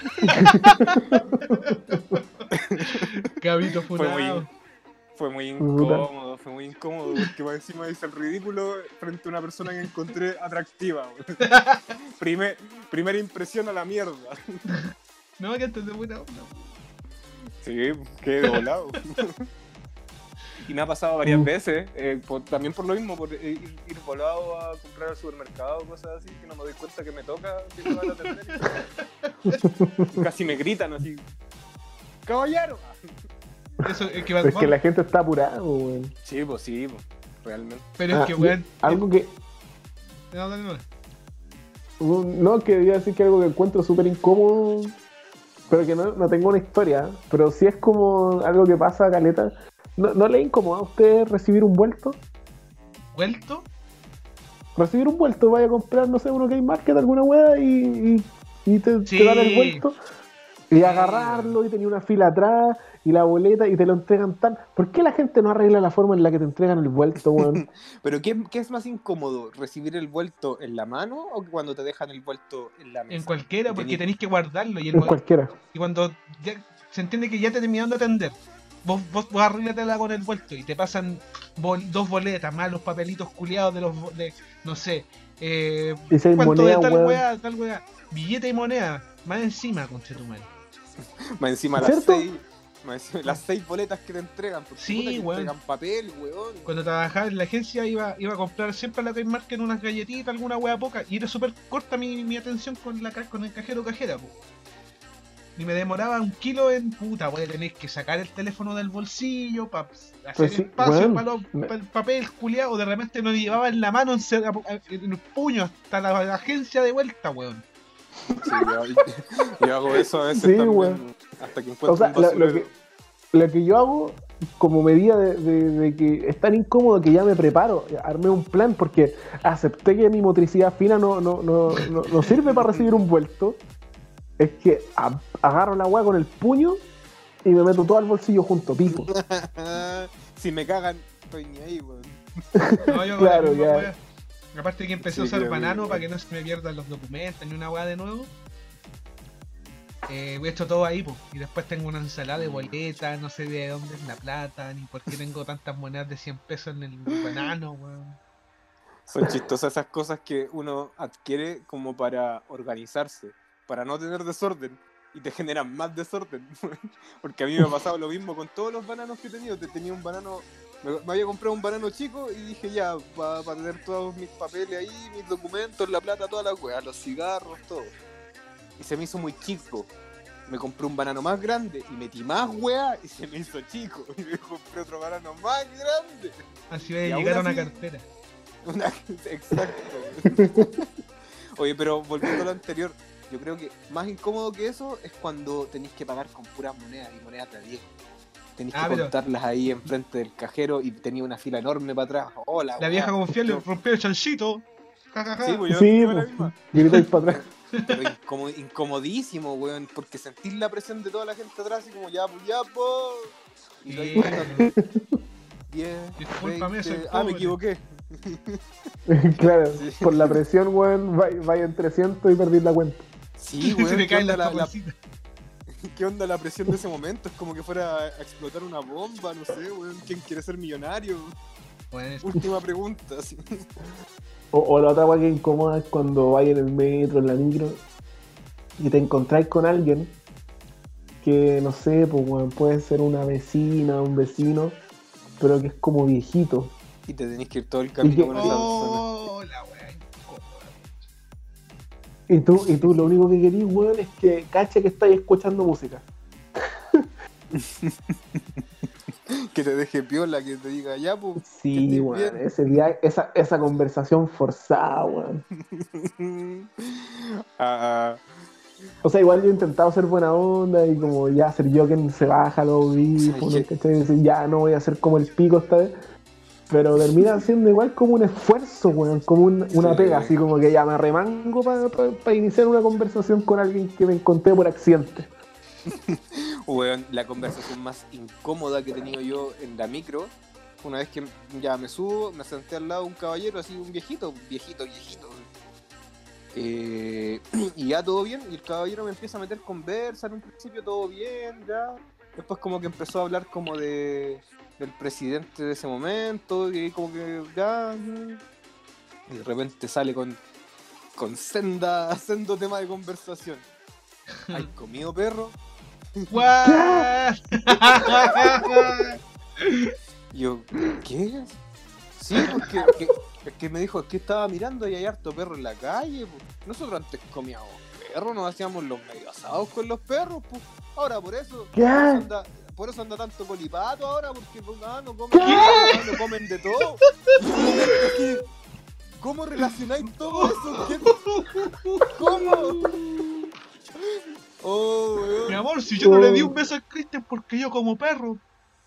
Cabito Fue funado. muy, fue muy incómodo, fue muy incómodo porque más encima hice el ridículo frente a una persona que encontré atractiva. weón. Primer, primera impresión a la mierda. No, que antes de buena onda. Sí, qué volado. Y me ha pasado varias Mm. veces, eh, por- también por lo mismo, por eh, ir, ir volado a comprar al supermercado, cosas así, que no me doy cuenta que me toca, que me van a atender. Y casi me gritan así, ¡caballero! Eso es que va Pero es que la gente está apurada, weón. Sí, pues sí, pues, realmente. Pero es Ah, que, weón. Algo que. No, dale, no. No, que quería decir que algo que encuentro súper incómodo, pero que no, no tengo una historia, pero sí es como algo que pasa, caleta. ¿No, ¿no le incomoda a usted recibir un vuelto? ¿Vuelto? Recibir un vuelto, vaya a comprar, no sé, uno que hay market, alguna weá, y, y, y te, Sí. te dan el vuelto. Y agarrarlo, y tenía una fila atrás, y la boleta, y te lo entregan tan. ¿Por qué la gente no arregla la forma en la que te entregan el vuelto, weón? Pero ¿qué, ¿qué es más incómodo? ¿Recibir el vuelto en la mano o cuando te dejan el vuelto en la mesa? En cualquiera, Y porque tení- tenéis que guardarlo. Y, el, En vuel- cualquiera. y cuando ya se entiende que ya te terminaron de atender, vos, vos, vos arréglatela con el vuelto y te pasan bol- dos boletas más los papelitos culiados de los. bo- de, no sé. Eh, Y si hay ¿Cuánto moneda, de tal weón. weá, tal weá? Billete y moneda. Más encima, conchetumare. Más encima las ¿Cierto? seis, más encima las seis boletas que te entregan. Porque Sí, puta que weón. entregan papel, weón. Cuando trabajaba en la agencia iba, iba a comprar siempre a la Time Market unas galletitas, alguna hueá poca, y era súper corta mi, mi atención con la ca- con el cajero o cajera, po. Y me demoraba un kilo en puta, voy a tener que sacar el teléfono del bolsillo para hacer Pues sí, espacio weón. para Me- el papel culiado, o de repente no llevaba en la mano en, cer- en el puño hasta la agencia de vuelta, weón. Sí, yo, yo hago eso a veces Sí, también. weón. Hasta que encuentro O sea, un lo, lo basurero. que, lo que yo hago como medida de, de- de que es tan incómodo que ya me preparo, armé un plan porque acepté que mi motricidad fina no, no, no, no, no sirve para recibir un vuelto. Es que a- agarro la weá con el puño y me meto todo al bolsillo junto, pico. Si me cagan, estoy ni ahí, weón. No, yo Claro, con la misma ya. wea. Aparte que empecé a Sí, usar creo que banano igual. para que no se me pierdan los documentos ni una weá de nuevo. Eh, he hecho todo ahí, pues. Y después tengo una ensalada de boletas, no sé de dónde es la plata, ni por qué tengo tantas monedas de cien pesos en el banano, weón. Son chistosas esas cosas que uno adquiere como para organizarse, para no tener desorden, y te generan más desorden. Porque a mí me ha pasado lo mismo con todos los bananos que he tenido. Te- Tenía un banano, me, me había comprado un banano chico y dije ya, para tener todos mis papeles ahí, mis documentos, la plata, todas las weas, los cigarros, todo. Y se me hizo muy chico. Me compré un banano más grande y metí más weá y se me hizo chico. Y me compré otro banano más grande. Así va a Y aún llegar a una así- cartera. Una... Exacto. Oye, pero volviendo a lo anterior, yo creo que más incómodo que eso es cuando tenéis que pagar con puras monedas y monedas de diez. Tenéis Ah, que pero- contarlas ahí enfrente del cajero y tenía una fila enorme para atrás. Hola, La vieja confiable Yo- rompió el chanchito. Ja, ja, ja. Sí, pues yo Sí, digo la pues, misma. gritáis para atrás. Pero incomo- incomodísimo, weón, porque sentís la presión de toda la gente atrás y como ya, pues ya, pues. Y te Sí. das cuenta, diez, Discúlpame, veinte, soy ah, me pobre. equivoqué. Claro, Sí. por la presión, weón, vaya vaya en trescientos y perdís la cuenta. Sí, Se weón, me ¿qué caen onda las la, la- papacitas. ¿qué onda la presión de ese momento? Es como que fuera a explotar una bomba, no sé, weón. ¿Quién quiere ser millonario? Bueno, es- Última pregunta, sí. O, o la otra weá que incomoda es cuando vais en el metro, en la micro, y te encontráis con alguien que, no sé, pues weón, puede ser una vecina, un vecino, pero que es como viejito. Y te tenés que ir todo el camino que- con esa persona. Oh, la wea incómoda. Y tú, y tú lo único que querís, weón, es que cache que estáis escuchando música. Que te deje piola, que te diga, ya, pues. que Sí, estés weón, bien. ese día, esa, esa conversación forzada, weón. Ah, O sea, igual yo he intentado ser buena onda y como ya ser yo quien se baja los audífonos, ¿Sabes qué? ¿cachai? Y decir, ya no voy a ser como el pico esta vez. Pero termina siendo igual como un esfuerzo, weón, como un- una Sí. pega, así como que ya me remango para iniciar una conversación con alguien que me encontré por accidente. weón, la conversación más incómoda que he tenido yo en la micro, una vez que ya me subo, me senté al lado de un caballero, así un viejito, viejito, viejito. Eh, y ya todo bien, y el caballero me empieza a meter conversa, en un principio todo bien, ya. Después como que empezó a hablar como de del presidente de ese momento, y como que ya... mm. Y de repente sale con, con senda, sendo tema de conversación. ¿Has comido perro? What? Y yo, ¿qué? Sí, porque que, es que me dijo, es que estaba mirando y hay harto perro en la calle. Pues. Nosotros antes comíamos perros, nos hacíamos los medio asados con los perros. Pues. Ahora por eso, ¿Qué? por eso anda, por eso anda tanto colipato ahora, porque pues, ah, no, comen, ah, no comen de todo. Es que, ¿cómo relacionáis todo eso? ¿Qué? ¿Cómo? Oh, weón. Mi amor, si yo no le di un beso a Kristen porque yo como perro.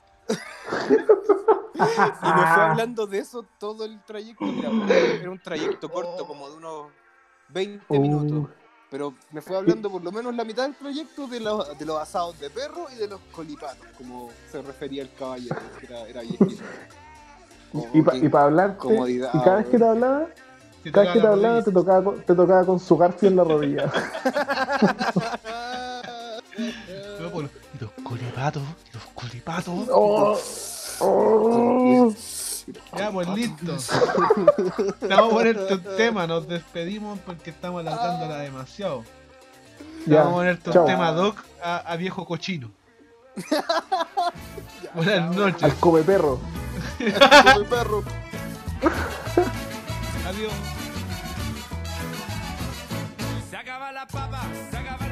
Y me fue hablando de eso todo el trayecto. Mira, era un trayecto corto, como de unos veinte Oh. minutos. Pero me fue hablando por lo menos la mitad del trayecto de los, de los asados de perro y de los colipatos, como se refería el caballero, que era, era viejito. Oh, Y para qué hablarte, comodidad, y cada vez que te weón. hablaba, Te cada vez que te toca la hablaba rodilla. te tocaba, con- te tocaba con su garfio en la rodilla. No, pues, y los colipatos, y los colipatos. Oh, oh. Ya, pues listo. Te vamos a ponerte un tema, nos despedimos porque estamos alargándola demasiado. Te Ya, vamos a ponerte un chao. tema doc a, a viejo cochino. Ya, Buenas ya, noches, Al come perro. come perro. adiós. Se acaba la papa, se acaba